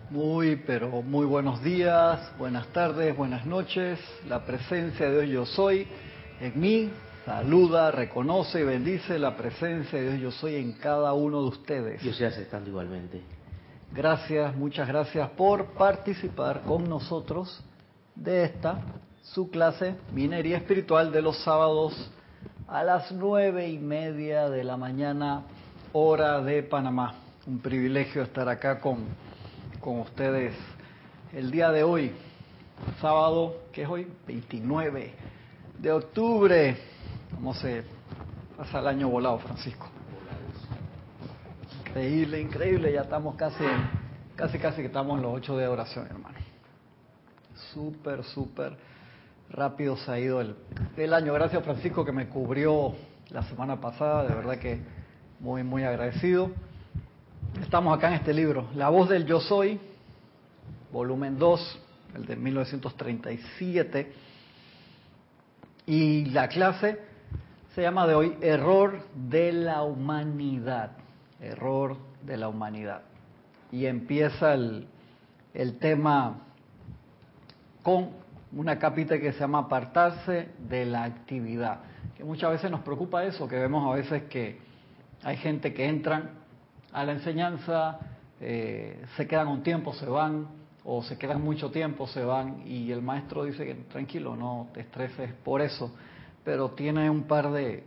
Muy, pero muy buenos días, buenas tardes, buenas noches. La presencia de Dios Yo Soy en mí saluda, reconoce y bendice la presencia de Dios Yo Soy en cada uno de ustedes. Yo estoy aceptando igualmente. Gracias, muchas gracias por participar con nosotros de esta, su clase Minería Espiritual de los sábados a las 9:30 de la mañana, hora de Panamá. Un privilegio estar acá con ustedes el día de hoy, sábado, ¿qué es hoy? 29 de octubre. ¿Cómo se pasa el año volado, Francisco? Increíble, increíble, ya estamos casi que estamos en los 8 de oración, hermano. Súper rápido se ha ido el año. Gracias, Francisco, que me cubrió la semana pasada, de verdad que muy agradecido. Estamos acá en este libro, La Voz del Yo Soy, volumen 2, el de 1937, y la clase se llama de hoy Error de la Humanidad. Error de la humanidad. Y empieza el tema con una capita que se llama apartarse de la actividad. Que muchas veces nos preocupa eso, que vemos a veces que hay gente que entran a la enseñanza, se quedan un tiempo, se van, o se quedan mucho tiempo, se van, y el maestro dice que tranquilo, no te estreses por eso, pero tiene un par de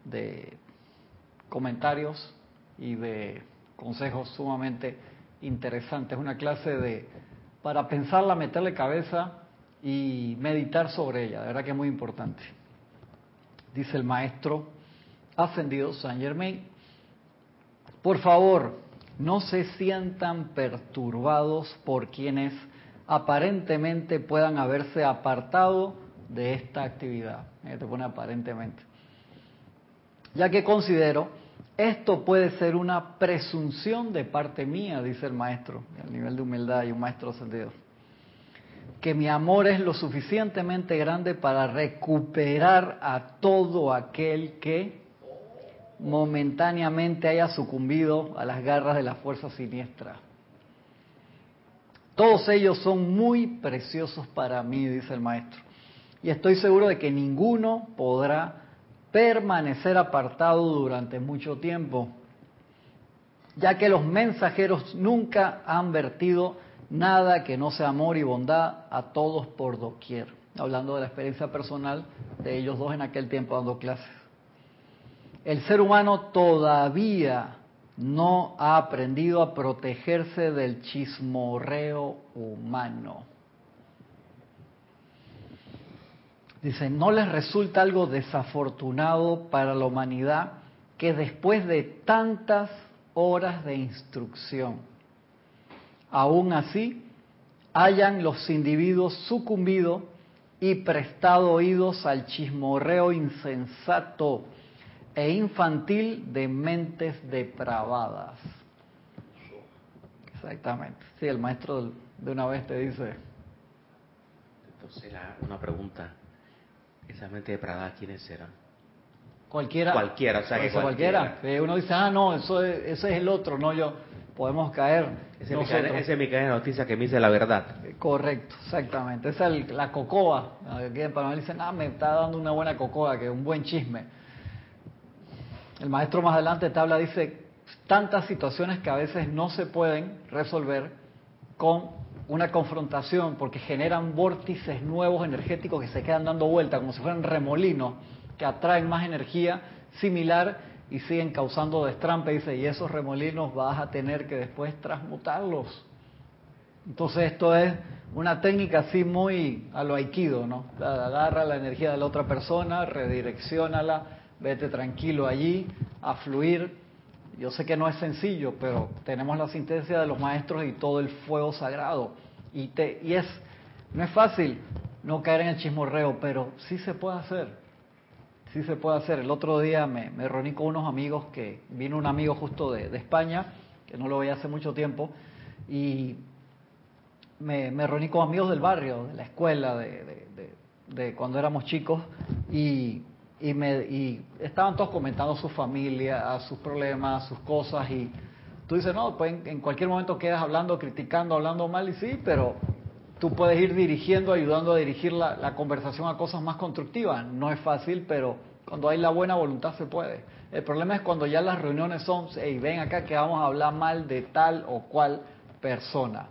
comentarios y de consejos sumamente interesantes. Una clase para pensarla, meterle cabeza y meditar sobre ella. De verdad que es muy importante. Dice el maestro ascendido Saint Germain: por favor, no se sientan perturbados por quienes aparentemente puedan haberse apartado de esta actividad. Te pone aparentemente. Ya que considero esto puede ser una presunción de parte mía, dice el maestro, al nivel de humildad y un maestro ascendido, que mi amor es lo suficientemente grande para recuperar a todo aquel que momentáneamente haya sucumbido a las garras de la fuerza siniestra. Todos ellos son muy preciosos para mí, dice el maestro, y estoy seguro de que ninguno podrá permanecer apartado durante mucho tiempo, ya que los mensajeros nunca han vertido nada que no sea amor y bondad a todos por doquier. Hablando de la experiencia personal de ellos dos en aquel tiempo dando clases. El ser humano todavía no ha aprendido a protegerse del chismorreo humano. Dice, ¿no les resulta algo desafortunado para la humanidad que después de tantas horas de instrucción, aún así, hayan los individuos sucumbido y prestado oídos al chismorreo insensato e infantil de mentes depravadas? Exactamente. Sí, el maestro de una vez te dice. Entonces, una pregunta. ¿Esas mentes depravadas quiénes serán? Cualquiera. Cualquiera, o sea que cualquiera. Uno dice, no, ese es el otro, no yo. Podemos caer nosotros. Ese es mi cadena de noticias que me dice la verdad. Correcto, exactamente. Esa es la cocoa. Aquí en Panamá dicen, me está dando una buena cocoa, que es un buen chisme. El maestro más adelante te habla, dice, tantas situaciones que a veces no se pueden resolver con una confrontación porque generan vórtices nuevos energéticos que se quedan dando vuelta como si fueran remolinos que atraen más energía similar y siguen causando destrampe. Dice, y esos remolinos vas a tener que después transmutarlos. Entonces esto es una técnica así muy a lo aikido, ¿no? Agarra la energía de la otra persona, redirecciónala, vete tranquilo allí, a fluir. Yo sé que no es sencillo, pero tenemos la asistencia de los maestros y todo el fuego sagrado. No es fácil no caer en el chismorreo, pero sí se puede hacer. Sí se puede hacer. El otro día me reuní con unos amigos, que vino un amigo justo de España, que no lo veía hace mucho tiempo, y me reuní con amigos del barrio, de la escuela, de cuando éramos chicos, y estaban todos comentando su familia, sus problemas, sus cosas, y Tú dices, no, pues en cualquier momento quedas hablando, criticando, hablando mal, y sí, pero tú puedes ir dirigiendo, ayudando a dirigir la conversación a cosas más constructivas. No es fácil, pero cuando hay la buena voluntad se puede. El problema es cuando ya las reuniones son, hey, ven acá que vamos a hablar mal de tal o cual persona.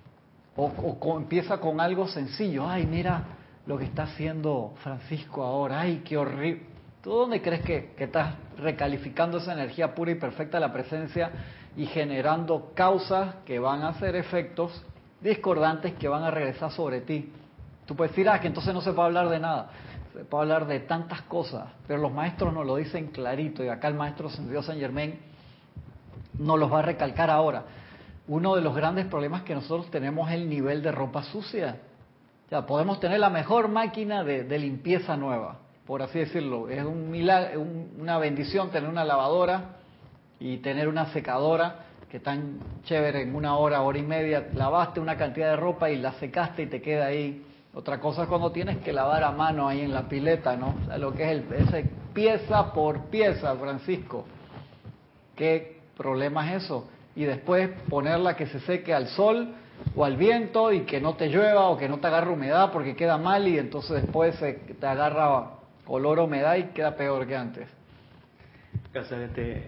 Empieza con algo sencillo. Ay, mira lo que está haciendo Francisco ahora. Ay, qué horrible. ¿Tú dónde crees que estás recalificando esa energía pura y perfecta de la presencia y generando causas que van a hacer efectos discordantes que van a regresar sobre ti? Tú puedes decir, que entonces no se puede hablar de nada. Se puede hablar de tantas cosas, pero los maestros nos lo dicen clarito, y acá el maestro Dios Saint Germain nos los va a recalcar ahora. Uno de los grandes problemas que nosotros tenemos es el nivel de ropa sucia. O sea, podemos tener la mejor máquina de limpieza nueva, por así decirlo. Es un milagro, una bendición tener una lavadora y tener una secadora que tan chévere, en una hora, hora y media, lavaste una cantidad de ropa y la secaste y te queda ahí. Otra cosa es cuando tienes que lavar a mano ahí en la pileta, ¿no? O sea, lo que es ese pieza por pieza, Francisco. ¿Qué problema es eso? Y después ponerla que se seque al sol o al viento y que no te llueva o que no te agarre humedad porque queda mal, y entonces después te agarra olor a humedad y queda peor que antes. Casualmente,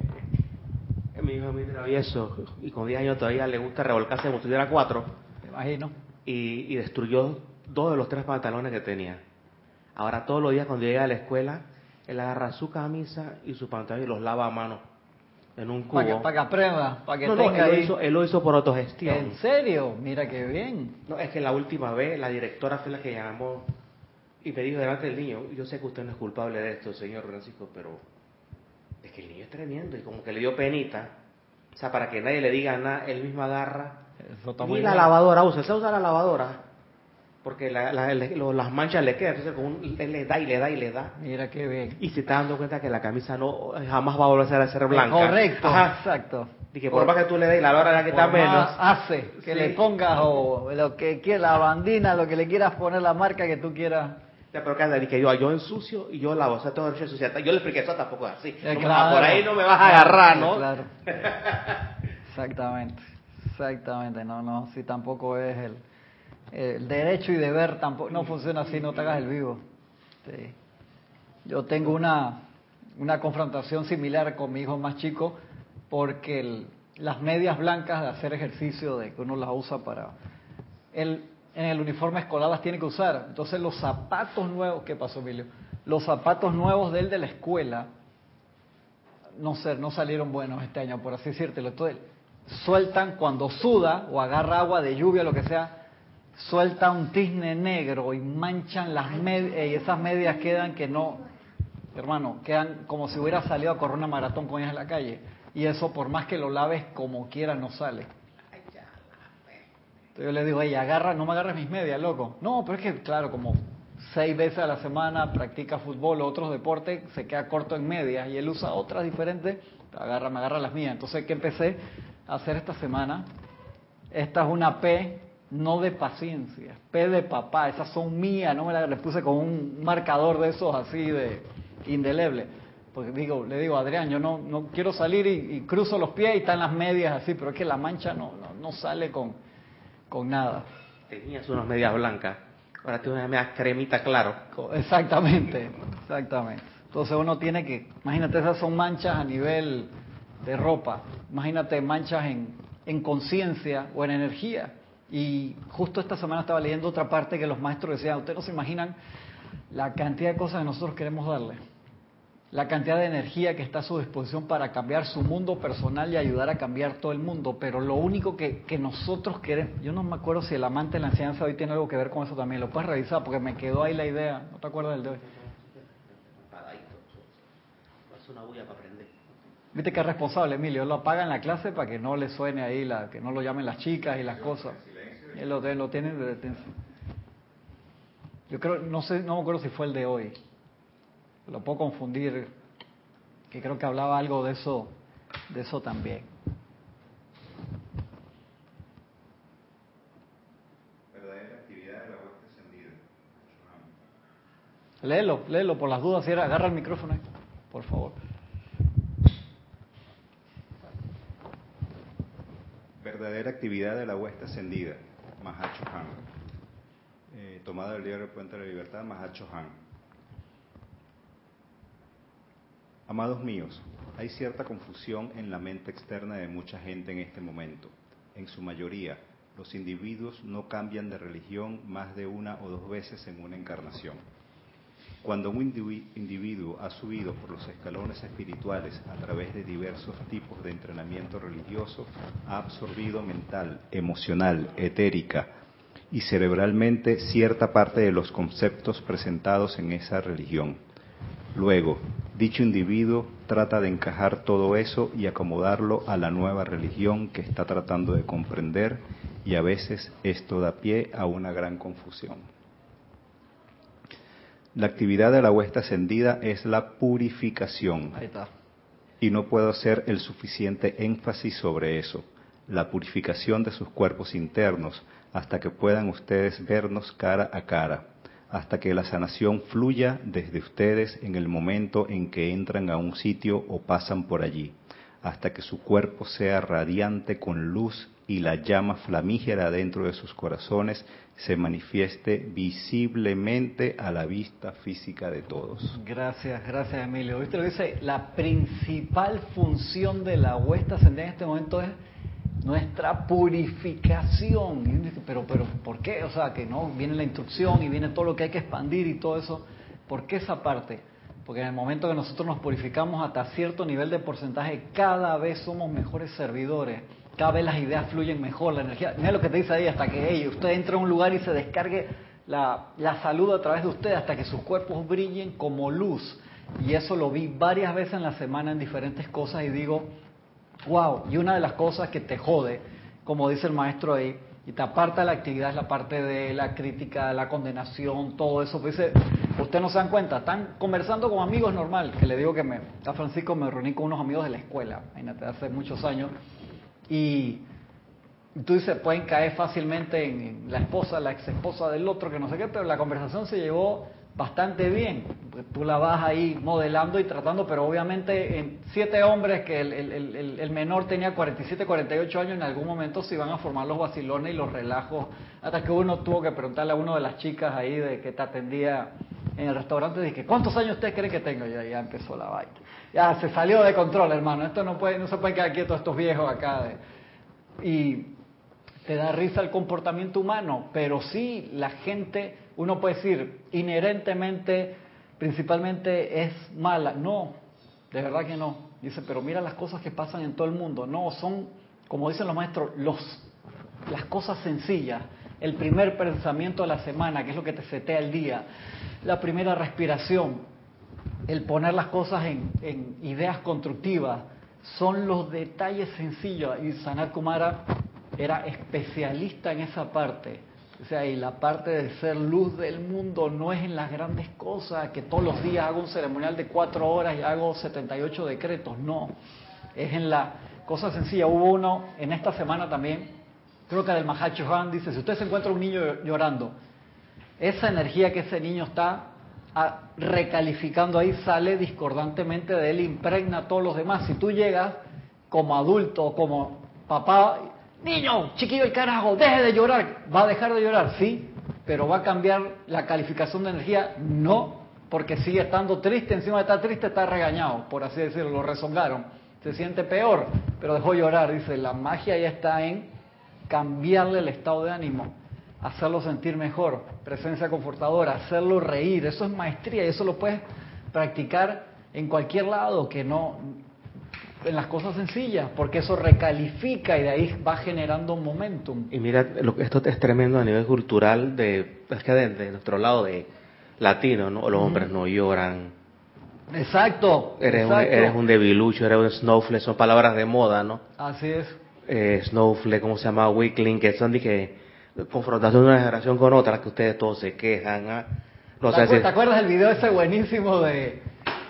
mi hijo es muy travieso y con 10 años todavía le gusta revolcarse como si tuviera 4. Me imagino. Y destruyó 2 de los 3 pantalones que tenía. Ahora todos los días cuando llega a la escuela, él agarra su camisa y su pantalón y los lava a mano en un cubo. Para que aprenda, para que No, tenga él lo hizo por autogestión. ¿En serio? Mira qué bien. No, es que la última vez la directora fue la que llamó y me dijo delante del niño, yo sé que usted no es culpable de esto, señor Francisco, pero es que el niño es tremendo, y como que le dio penita. O sea, para que nadie le diga nada, él mismo agarra. Y la lavadora usa, se usa la lavadora, porque las manchas le quedan, entonces él le da y le da y le da. Mira qué bien. Y se está dando cuenta que la camisa no jamás va a volver a ser blanca. Correcto, ajá. Exacto. Dije, por más que tú le des, la hora la que está menos. Hace que le pongas o lo que quieras, la bandina, lo que le quieras poner, la marca que tú quieras. Ya, pero cada dije yo ensucio y yo lavo, o sea, todo derecho a ensuciar. Yo le expliqué, eso tampoco es así. Claro, por ahí no me vas a agarrar, ¿no? Claro. Exactamente. No, sí, tampoco es el derecho y deber, tampoco no funciona así, no te hagas el vivo. Sí. Yo tengo una confrontación similar con mi hijo más chico, porque las medias blancas de hacer ejercicio, de que uno las usa para... Él en el uniforme escolar las tiene que usar. Entonces los zapatos nuevos... ¿Qué pasó, Emilio? Los zapatos nuevos de él de la escuela no salieron buenos este año, por así decírtelo. Entonces sueltan cuando suda o agarra agua de lluvia, lo que sea, suelta un tizne negro y manchan las medias, y esas medias quedan que no... Hermano, quedan como si hubiera salido a correr una maratón con ellas en la calle. Y eso, por más que lo laves como quieras, no sale. Entonces yo le digo, no me agarres mis medias, loco. No, pero es que, claro, como 6 veces a la semana practica fútbol o otros deportes, se queda corto en medias y él usa otras diferentes, me agarra las mías. Entonces, ¿qué empecé a hacer esta semana? Esta es una P, no de paciencia, P de papá, esas son mías, no le puse con un marcador de esos así de indeleble. Porque le digo, Adrián, yo no quiero salir y cruzo los pies y están las medias así, pero es que la mancha no sale con nada. Tenías unas medias blancas, ahora tienes unas medias cremita claro. Exactamente. Entonces uno tiene que, imagínate, esas son manchas a nivel de ropa, imagínate manchas en conciencia o en energía. Y justo esta semana estaba leyendo otra parte que los maestros decían, ustedes no se imaginan la cantidad de cosas que nosotros queremos darle, la cantidad de energía que está a su disposición para cambiar su mundo personal y ayudar a cambiar todo el mundo, pero lo único que nosotros queremos, yo no me acuerdo si el amante de la enseñanza hoy tiene algo que ver con eso también, lo puedes revisar porque me quedó ahí la idea, ¿no te acuerdas del de hoy? Es una bulla para aprender. Viste que es responsable, Emilio, él lo apaga en la clase para que no le suene ahí, que no lo llamen las chicas y las cosas. Él lo tiene de detención. Yo creo, no me acuerdo si fue el de hoy. Lo puedo confundir, que creo que hablaba algo de eso también. Verdadera actividad de la vuelta encendida. Léelo por las dudas, agarra el micrófono ahí, por favor. verdadera actividad de la hueste ascendida, Mahacho Han. Tomada del libro Puente de la Libertad, Mahacho Han. Amados míos, hay cierta confusión en la mente externa de mucha gente en este momento. En su mayoría, los individuos no cambian de religión más de una o dos veces en una encarnación. Cuando un individuo ha subido por los escalones espirituales a través de diversos tipos de entrenamiento religioso, ha absorbido mental, emocional, etérica y cerebralmente cierta parte de los conceptos presentados en esa religión. Luego, dicho individuo trata de encajar todo eso y acomodarlo a la nueva religión que está tratando de comprender, y a veces esto da pie a una gran confusión. La actividad de la hueste ascendida es la purificación. Ahí está. Y no puedo hacer el suficiente énfasis sobre eso. La purificación de sus cuerpos internos, hasta que puedan ustedes vernos cara a cara, hasta que la sanación fluya desde ustedes en el momento en que entran a un sitio o pasan por allí, hasta que su cuerpo sea radiante con luz y la llama flamígera dentro de sus corazones se manifieste visiblemente a la vista física de todos. Gracias Emilio. ¿Viste lo que dice? La principal función de la hueste ascendida en este momento es nuestra purificación. Y uno dice, pero ¿por qué? O sea, que no viene la instrucción y viene todo lo que hay que expandir y todo eso. ¿Por qué esa parte? Porque en el momento que nosotros nos purificamos hasta cierto nivel de porcentaje, cada vez somos mejores servidores. Cada vez las ideas fluyen mejor, la energía. Mira lo que te dice ahí, hasta que usted entre a un lugar y se descargue la salud a través de usted, hasta que sus cuerpos brillen como luz. Y eso lo vi varias veces en la semana en diferentes cosas y digo, wow. Y una de las cosas que te jode, como dice el maestro ahí, y te aparta de la actividad, es la parte de la crítica, la condenación, todo eso. Pues dice, ustedes no se dan cuenta, están conversando con amigos normal, que le digo que a Francisco me reuní con unos amigos de la escuela, imagínate, hace muchos años, y tú dices, pueden caer fácilmente en la esposa, la ex esposa del otro, que no sé qué, pero la conversación se llevó bastante bien. Tú la vas ahí modelando y tratando, pero obviamente en 7 hombres que el menor tenía 47, 48 años, en algún momento se iban a formar los vacilones y los relajos, hasta que uno tuvo que preguntarle a una de las chicas ahí de que te atendía en el restaurante, dije, ¿cuántos años usted cree que tengo? Y ya empezó la vaina. Ya se salió de control, hermano. Esto no se pueden quedar quietos estos viejos acá. Y te da risa el comportamiento humano, pero sí, la gente, uno puede decir, inherentemente, principalmente es mala. No, de verdad que no. Dice, pero mira las cosas que pasan en todo el mundo. No, son, como dicen los maestros, las cosas sencillas. El primer pensamiento de la semana, que es lo que te setea el día. La primera respiración. El poner las cosas en ideas constructivas. Son los detalles sencillos. Y Sanat Kumara era especialista en esa parte. O sea, y la parte de ser luz del mundo no es en las grandes cosas, que todos los días hago un ceremonial de 4 horas y hago 78 decretos. No, es en la cosa sencilla. Hubo uno en esta semana también, creo que del Mahacho Han, dice, si usted se encuentra un niño llorando, esa energía que ese niño está recalificando ahí sale discordantemente de él, impregna a todos los demás. Si tú llegas como adulto, como papá, niño, chiquillo el carajo, deje de llorar, ¿va a dejar de llorar? Sí, pero ¿va a cambiar la calificación de energía? No, porque sigue estando triste, encima de estar triste está regañado, por así decirlo, lo rezongaron, se siente peor, pero dejó llorar. Dice, la magia ya está en cambiarle el estado de ánimo, hacerlo sentir mejor, presencia confortadora, hacerlo reír. Eso es maestría y eso lo puedes practicar en cualquier lado, que no en las cosas sencillas, porque eso recalifica y de ahí va generando un momentum. Y mira, esto es tremendo a nivel cultural, es que de nuestro lado de latino, ¿no? Los hombres no lloran. Exacto. Eres un debilucho, eres un snowflake, son palabras de moda, ¿no? Así es. Snowflake, ¿cómo se llama? Weakling, que son de confrontación de una generación con otra, que ustedes todos se quejan. ¿Ah? No sé ¿Te acuerdas del video ese buenísimo de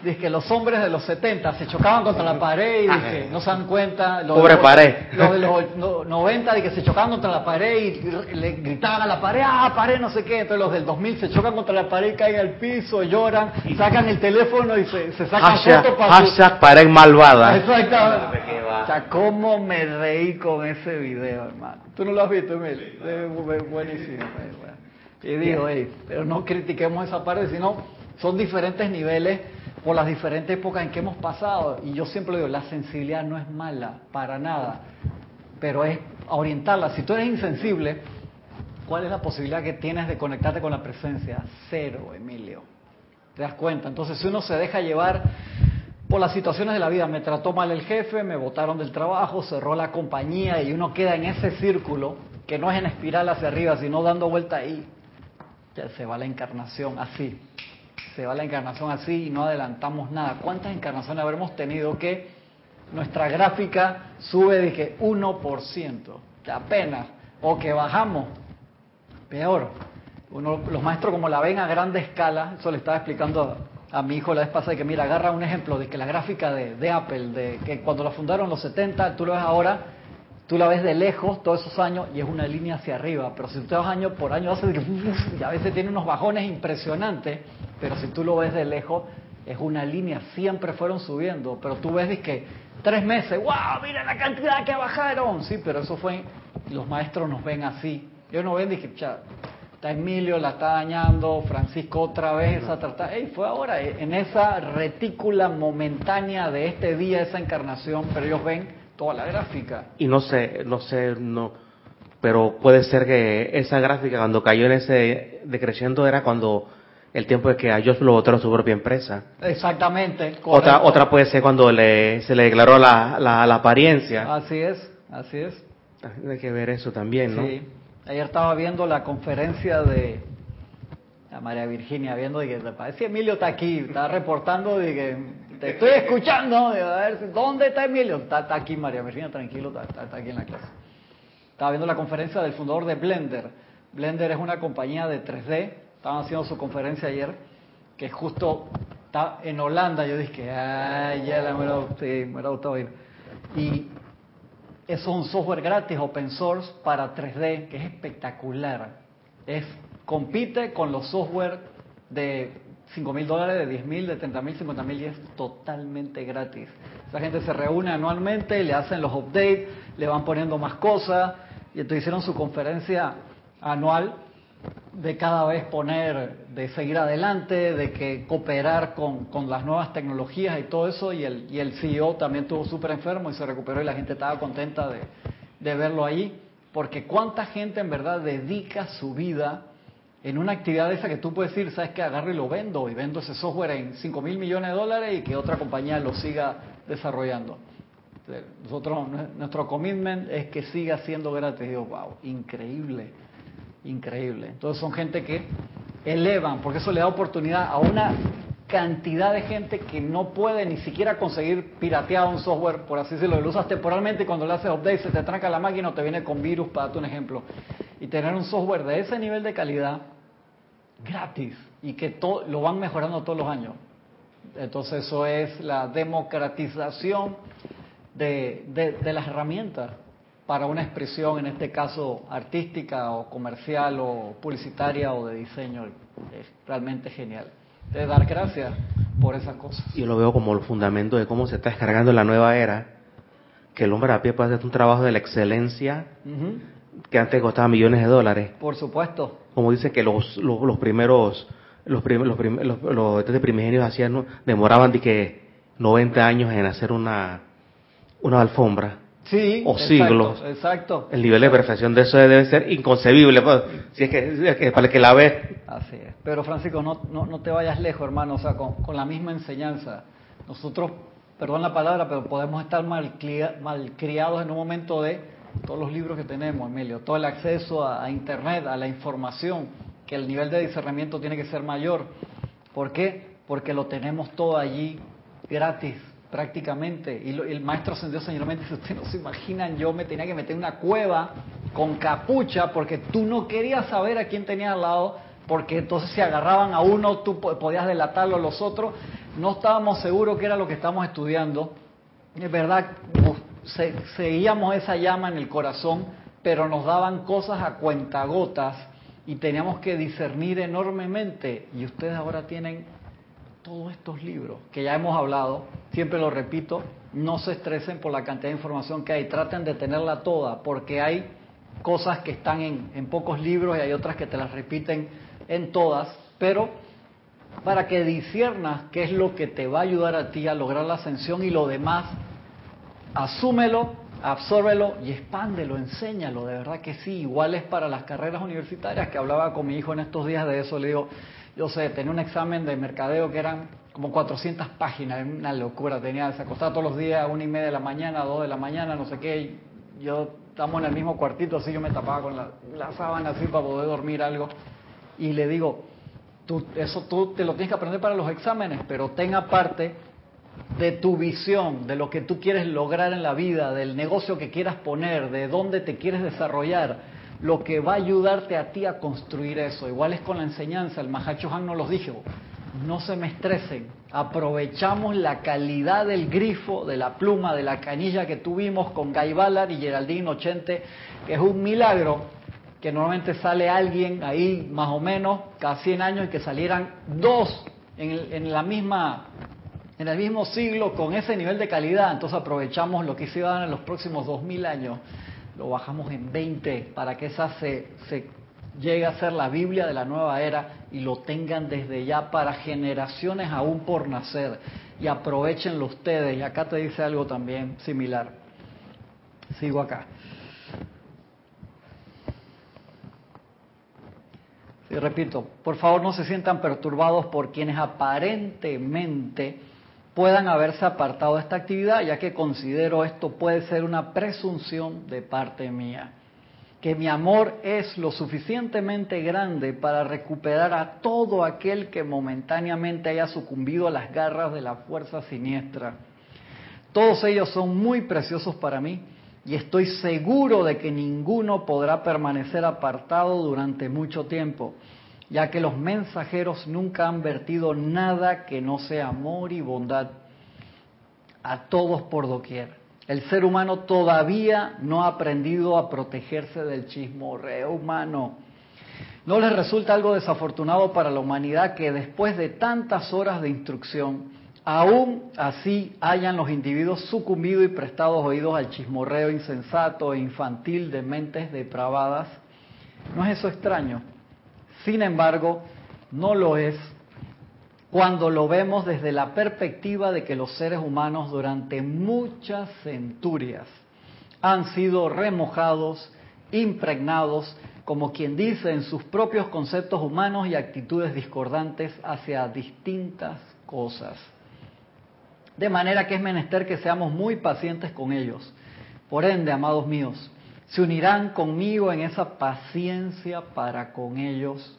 Dice que los hombres de los 70 se chocaban contra la pared y dice, no se dan cuenta. Pobre pared. Los de los 90 de que se chocaban contra la pared y le gritaban a la pared, pared, no sé qué. Entonces los del 2000 se chocan contra la pared y caen al piso, lloran, sacan el teléfono y se sacan fotos para hashtag pared malvada. Exactamente. O sea, cómo me reí con ese video, hermano. ¿Tú no lo has visto, Emil? Buenísimo. Y digo, pero no critiquemos esa parte, sino son diferentes niveles por las diferentes épocas en que hemos pasado. Y yo siempre digo, la sensibilidad no es mala, para nada, pero es orientarla. Si tú eres insensible, ¿cuál es la posibilidad que tienes de conectarte con la presencia? Cero, Emilio. ¿Te das cuenta? Entonces, si uno se deja llevar por las situaciones de la vida, me trató mal el jefe, me botaron del trabajo, cerró la compañía y uno queda en ese círculo que no es en espiral hacia arriba, sino dando vuelta ahí. Ya se va la encarnación así. Se va la encarnación así y no adelantamos nada. ¿Cuántas encarnaciones habremos tenido que nuestra gráfica sube de que 1%? Que apenas. O que bajamos. Peor. Los maestros como la ven a grande escala, eso le estaba explicando a mi hijo la vez pasada, que mira, agarra un ejemplo de que la gráfica de Apple, de que cuando la fundaron en los 70, tú lo ves ahora, tú la ves de lejos todos esos años y es una línea hacia arriba, pero si tú te vas año por año, hace que y a veces tiene unos bajones impresionantes, pero si tú lo ves de lejos, es una línea, siempre fueron subiendo, pero tú ves que 3 meses, wow, mira la cantidad que bajaron, sí, pero eso fue, los maestros nos ven así, ellos nos ven, dije, está Emilio, la está dañando, Francisco otra vez, esa trata, fue ahora, en esa retícula momentánea de este día, esa encarnación, pero ellos ven toda la gráfica. Y no, pero puede ser que esa gráfica cuando cayó en ese decreciendo era cuando el tiempo de que a Josh lo votaron su propia empresa. Exactamente. Otra puede ser cuando se le declaró la apariencia. Así es. Hay que ver eso también, ¿no? Sí. Ayer estaba viendo la conferencia de a María Virginia, viendo de que parece Emilio está aquí, está reportando de que te estoy escuchando, a ver, ¿dónde está Emilio? Está aquí María Virginia, tranquilo, está aquí en la clase. Estaba viendo la conferencia del fundador de Blender. Blender es una compañía de 3D, estaban haciendo su conferencia ayer, que justo está en Holanda. Yo dije, me hubiera gustado ir. Y eso es un software gratis, open source, para 3D, que es espectacular. Compite con los software de $5,000, de $10,000, de $30,000, $50,000 y es totalmente gratis. Esa gente se reúne anualmente, le hacen los updates, le van poniendo más cosas y entonces hicieron su conferencia anual de cada vez de seguir adelante, de que cooperar con las nuevas tecnologías y todo eso, y el CEO también estuvo súper enfermo y se recuperó y la gente estaba contenta de verlo ahí, porque cuánta gente en verdad dedica su vida en una actividad esa que tú puedes decir, ¿sabes qué? Agarro y vendo ese software en $5,000 millones y que otra compañía lo siga desarrollando. Nuestro commitment es que siga siendo gratis. Y digo, wow, increíble. Entonces son gente que elevan, porque eso le da oportunidad a una cantidad de gente que no puede ni siquiera conseguir pirateado un software, por así decirlo, lo usas temporalmente y cuando le haces update se te tranca la máquina o te viene con virus, para darte un ejemplo. Y tener un software de ese nivel de calidad gratis y que lo van mejorando todos los años. Entonces eso es la democratización de las herramientas para una expresión, en este caso artística o comercial o publicitaria o de diseño. Es realmente genial. De dar gracias por esas cosas. Yo lo veo como el fundamento de cómo se está descargando la nueva era, que el hombre a pie puede hacer un trabajo de la excelencia que antes costaba millones de dólares. Por supuesto. Como dice que los primigenios demoraban de que 90 años en hacer una alfombra. Sí, o siglos. Exacto. El nivel de perfección de eso debe ser inconcebible, pues, si es que para el que la ve. Así es. Pero Francisco, no te vayas lejos, hermano, o sea, con la misma enseñanza. Nosotros, perdón la palabra, pero podemos estar malcriados en un momento de todos los libros que tenemos, Emilio, todo el acceso a Internet, a la información, que el nivel de discernimiento tiene que ser mayor. ¿Por qué? Porque lo tenemos todo allí gratis, prácticamente. Y el maestro ascendió señoramente dice, ustedes no se imaginan, yo me tenía que meter en una cueva con capucha porque tú no querías saber a quién tenías al lado, porque entonces si agarraban a uno tú podías delatarlo a los otros. no estábamos seguros qué era lo que estábamos estudiando. Es verdad, seguíamos esa llama en el corazón, pero nos daban cosas a cuentagotas y teníamos que discernir enormemente. Y ustedes ahora tienen todos estos libros que ya hemos hablado, siempre lo repito, no se estresen por la cantidad de información que hay, traten de tenerla toda, porque hay cosas que están en pocos libros y hay otras que te las repiten en todas, pero para que disciernas qué es lo que te va a ayudar a ti a lograr la ascensión y lo demás, asúmelo, absórbelo y expándelo, enséñalo, de verdad que sí. Igual es para las carreras universitarias, que hablaba con mi hijo en estos días de eso, le digo, yo sé, tenía un examen de mercadeo que eran como 400 páginas, una locura, se acostaba todos los días a 1:30 de la mañana, 2 de la mañana, no sé qué, y yo estamos en el mismo cuartito, así yo me tapaba con la sábana así para poder dormir algo, y le digo, eso tú te lo tienes que aprender para los exámenes, pero ten aparte de tu visión, de lo que tú quieres lograr en la vida, del negocio que quieras poner, de dónde te quieres desarrollar, lo que va a ayudarte a ti a construir eso. Igual es con la enseñanza, el Mahacho Han nos los dijo, no se me estresen, aprovechamos la calidad del grifo, de la pluma, de la canilla que tuvimos con Guy Ballard y Geraldine Ochente, que es un milagro, que normalmente sale alguien ahí más o menos cada 100 años y que salieran dos en el mismo siglo con ese nivel de calidad. Entonces aprovechamos lo que se iba a dar en los próximos 2000 años, lo bajamos en 20 para que esa se llegue a ser la Biblia de la nueva era y lo tengan desde ya para generaciones aún por nacer, y aprovechenlo ustedes. Y acá te dice algo también similar. Sigo acá. Y repito, por favor no se sientan perturbados por quienes aparentemente puedan haberse apartado de esta actividad, ya que considero esto puede ser una presunción de parte mía. Que mi amor es lo suficientemente grande para recuperar a todo aquel que momentáneamente haya sucumbido a las garras de la fuerza siniestra. Todos ellos son muy preciosos para mí y estoy seguro de que ninguno podrá permanecer apartado durante mucho tiempo, ya que los mensajeros nunca han vertido nada que no sea amor y bondad a todos por doquier. El ser humano todavía no ha aprendido a protegerse del chismorreo humano. ¿No les resulta algo desafortunado para la humanidad que después de tantas horas de instrucción, aún así hayan los individuos sucumbido y prestado oídos al chismorreo insensato e infantil de mentes depravadas? ¿No es eso extraño? Sin embargo, no lo es cuando lo vemos desde la perspectiva de que los seres humanos durante muchas centurias han sido remojados, impregnados, como quien dice, en sus propios conceptos humanos y actitudes discordantes hacia distintas cosas. De manera que es menester que seamos muy pacientes con ellos. Por ende, amados míos, se unirán conmigo en esa paciencia para con ellos,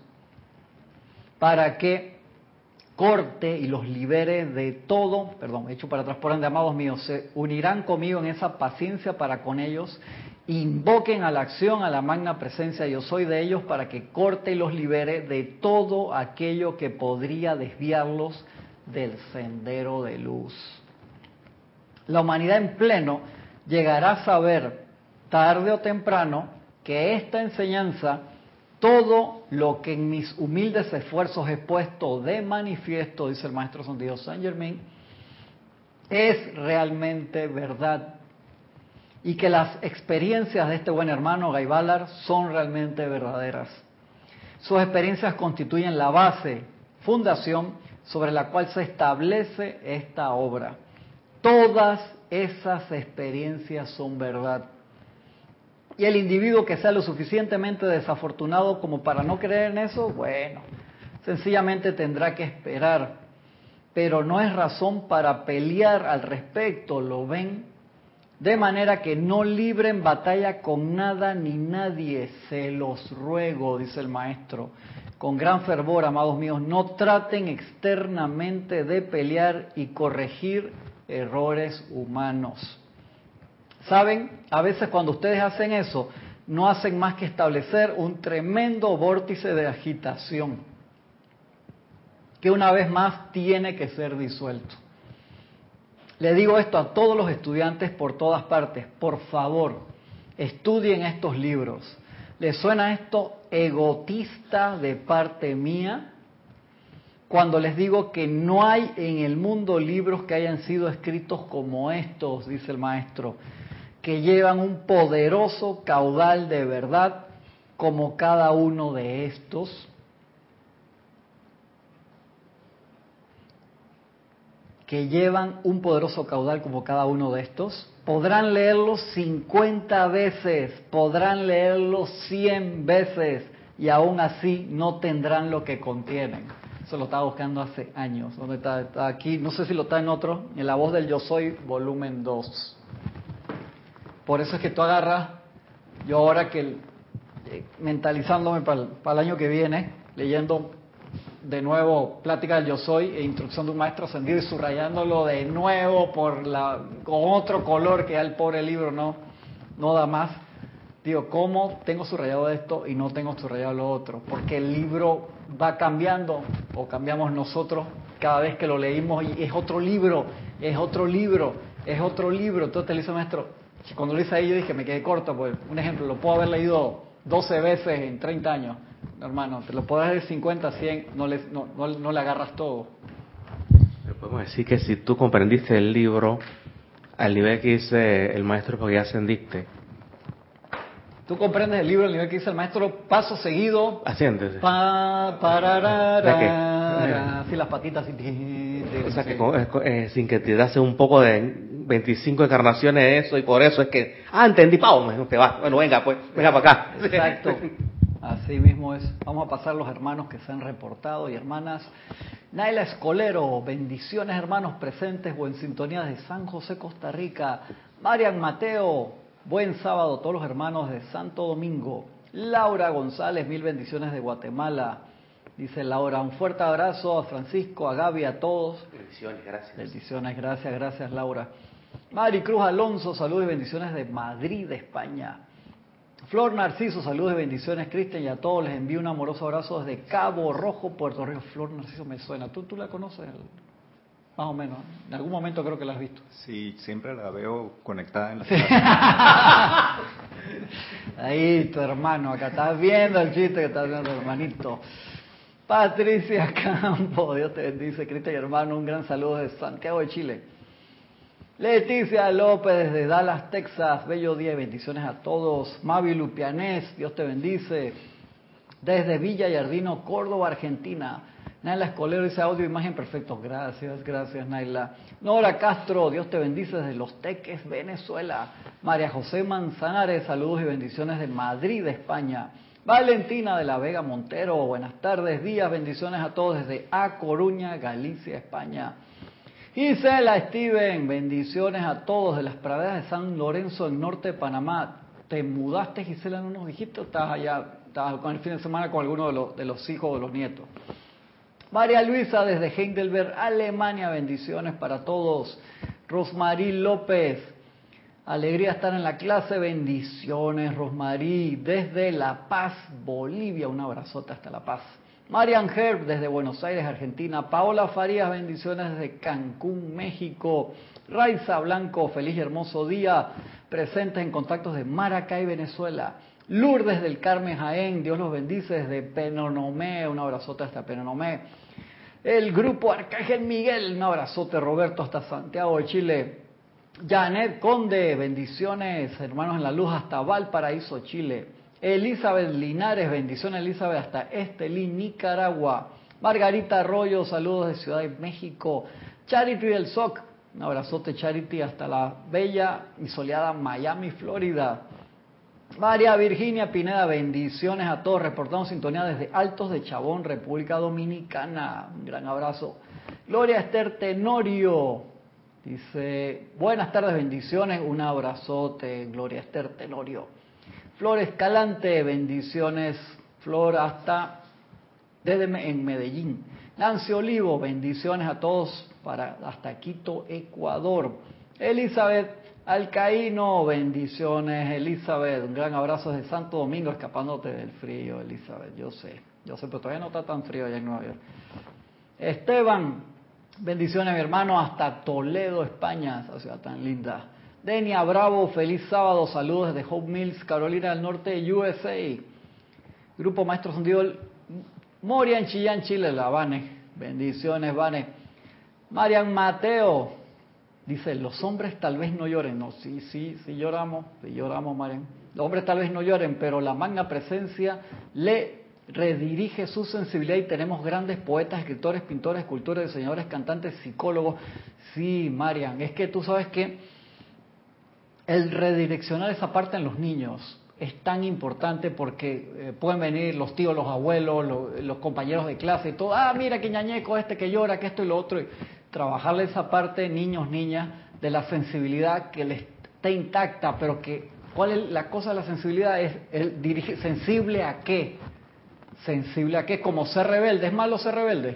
para que corte y los libere de todo, hecho para atrás, por ende, amados míos, se unirán conmigo en esa paciencia para con ellos, invoquen a la acción, a la magna presencia yo soy de ellos, para que corte y los libere de todo aquello que podría desviarlos del sendero de luz. La humanidad en pleno llegará a saber, tarde o temprano, que esta enseñanza, todo lo que en mis humildes esfuerzos he puesto de manifiesto, dice el Maestro Ascendido Saint Germain, es realmente verdad. Y que las experiencias de este buen hermano Guy Ballard son realmente verdaderas. Sus experiencias constituyen la base, fundación, sobre la cual se establece esta obra. Todas esas experiencias son verdad. Y el individuo que sea lo suficientemente desafortunado como para no creer en eso, bueno, sencillamente tendrá que esperar. Pero no es razón para pelear al respecto, ¿lo ven? De manera que no libren batalla con nada ni nadie, se los ruego, dice el maestro. Con gran fervor, amados míos, no traten externamente de pelear y corregir errores humanos. ¿Saben? A veces cuando ustedes hacen eso, no hacen más que establecer un tremendo vórtice de agitación. que una vez más tiene que ser disuelto. Le digo esto a todos los estudiantes por todas partes, por favor, estudien estos libros. ¿Les suena esto egotista de parte mía? Cuando les digo que no hay en el mundo libros que hayan sido escritos como estos, dice el maestro, que llevan un poderoso caudal de verdad como cada uno de estos. Que llevan un poderoso caudal como cada uno de estos. Podrán leerlos 50 veces, podrán leerlos 100 veces y aún así no tendrán lo que contienen. Eso lo estaba buscando hace años. ¿Dónde está? Está aquí, no sé si lo está en otro, en La Voz del Yo Soy, volumen 2. Por eso es que tú agarras, yo ahora que mentalizándome para el año que viene, leyendo de nuevo Plática del Yo Soy e Instrucción de un Maestro Ascendido y subrayándolo de nuevo con otro color que ya el pobre libro no da más. Digo, ¿cómo tengo subrayado esto y no tengo subrayado lo otro? Porque el libro va cambiando, o cambiamos nosotros cada vez que lo leímos, y es otro libro, es otro libro, es otro libro. Entonces te lo hice, maestro, cuando lo hice ahí yo dije, me quedé corto, pues un ejemplo, lo puedo haber leído 12 veces en 30 años. Hermano, te lo puedes leer 50, 100, no le agarras todo. Pero podemos decir que si tú comprendiste el libro al nivel que dice el maestro porque ya ascendiste. Tú comprendes el libro al nivel que dice el maestro, paso seguido. Asciendes. Así las patitas. Así, o sea que sin que te das un poco de 25 encarnaciones de eso, y por eso es que, entendí, Pau, te va. Bueno, venga, pues, venga para acá. Exacto. Así mismo es. Vamos a pasar los hermanos que se han reportado y hermanas. Naila Escolero, bendiciones hermanos presentes o en sintonía de San José, Costa Rica. Marian Mateo, buen sábado todos los hermanos de Santo Domingo. Laura González, mil bendiciones de Guatemala. Dice Laura, un fuerte abrazo a Francisco, a Gaby, a todos. Bendiciones, gracias. Bendiciones, gracias Laura. Mari Cruz Alonso, saludos y bendiciones de Madrid, de España. Flor Narciso, saludos y bendiciones, Cristian, y a todos les envío un amoroso abrazo desde Cabo Rojo, Puerto Rico. Flor Narciso me suena. ¿Tú la conoces? Más o menos. En algún momento creo que la has visto. Sí, siempre la veo conectada en la ciudad. Ahí, tu hermano, acá estás viendo el chiste que estás viendo, hermanito. Patricia Campo, Dios te bendice, Cristian y hermano, un gran saludo desde Santiago de Chile. Leticia López desde Dallas, Texas, bello día y bendiciones a todos. Mavi Lupianés, Dios te bendice. Desde Villa Yardino, Córdoba, Argentina. Naila Escolero dice audio, imagen perfecto. Gracias Naila. Nora Castro, Dios te bendice desde Los Teques, Venezuela. María José Manzanares, saludos y bendiciones de Madrid, España. Valentina de la Vega Montero, buenas tardes, días, bendiciones a todos desde A Coruña, Galicia, España. Gisela Steven, bendiciones a todos de las praderas de San Lorenzo, en norte de Panamá. ¿Te mudaste, Gisela, no nos dijiste, o estás allá, estás con el fin de semana con alguno de los hijos o de los nietos? María Luisa desde Heidelberg, Alemania, bendiciones para todos. Rosmarí López, alegría estar en la clase, bendiciones Rosmarí, desde La Paz, Bolivia, un abrazote hasta La Paz. Marian Herb desde Buenos Aires, Argentina. Paola Farías, bendiciones desde Cancún, México. Raiza Blanco, feliz y hermoso día. Presentes en contactos de Maracay, Venezuela. Lourdes del Carmen, Jaén, Dios los bendice desde Penonomé, un abrazote hasta Penonomé. El grupo Arcángel Miguel, un abrazote Roberto hasta Santiago de Chile. Janet Conde, bendiciones hermanos en la luz hasta Valparaíso, Chile. Elizabeth Linares, bendiciones Elizabeth hasta Estelí, Nicaragua. Margarita Arroyo, saludos de Ciudad de México. Charity del SOC, un abrazote Charity hasta la bella y soleada Miami, Florida. María Virginia Pineda, bendiciones a todos, reportando sintonía desde Altos de Chabón, República Dominicana. Un gran abrazo. Gloria Esther Tenorio, dice, buenas tardes, bendiciones, un abrazote, Gloria Esther Tenorio. Flor Escalante, bendiciones, Flor, en Medellín. Nancy Olivo, bendiciones a todos hasta Quito, Ecuador. Elizabeth Alcaíno, bendiciones, Elizabeth, un gran abrazo desde Santo Domingo, escapándote del frío, Elizabeth, yo sé, pero todavía no está tan frío allá en Nueva York. Esteban, bendiciones mi hermano, hasta Toledo, España, esa ciudad tan linda. Denia Bravo, feliz sábado, saludos desde Hope Mills, Carolina del Norte, USA. Grupo Maestro Ascendido Moria en Chillán, Chile, la Vane. Bendiciones, Vane. Marian Mateo dice, los hombres tal vez no lloren. No, sí lloramos, Marian. Los hombres tal vez no lloren, pero la magna presencia le redirige su sensibilidad y tenemos grandes poetas, escritores, pintores, escultores, diseñadores, cantantes, psicólogos. Sí, Marian, es que tú sabes que el redireccionar esa parte en los niños es tan importante porque pueden venir los tíos, los abuelos, los compañeros de clase y todo. Ah, mira que ñañeco este que llora, que esto y lo otro. Y trabajarle esa parte, niños, niñas, de la sensibilidad que les esté intacta, pero que, ¿cuál es la cosa de la sensibilidad? Es el dirigir, ¿sensible a qué? ¿Sensible a qué? ¿Como ser rebelde? ¿Es malo ser rebelde?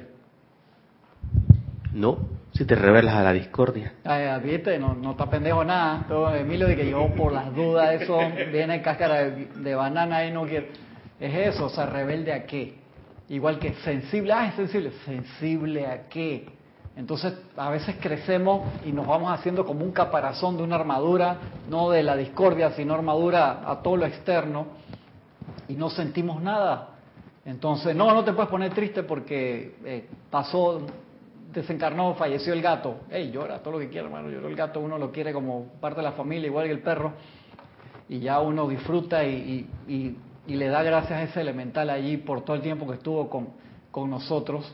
No, si te revelas a la discordia. ¿Viste? No está pendejo nada. Todo Emilio de que yo por las dudas, eso viene cáscara de banana y no quiero. Es eso, o sea, rebelde a qué. Igual que sensible, es sensible. ¿Sensible a qué? Entonces, a veces crecemos y nos vamos haciendo como un caparazón de una armadura, no de la discordia, sino armadura a todo lo externo, y no sentimos nada. Entonces, no te puedes poner triste porque pasó, desencarnó, falleció el gato. Llora todo lo que quiera, hermano. Lloró el gato, uno lo quiere como parte de la familia, igual que el perro. Y ya uno disfruta y le da gracias a ese elemental allí por todo el tiempo que estuvo con nosotros.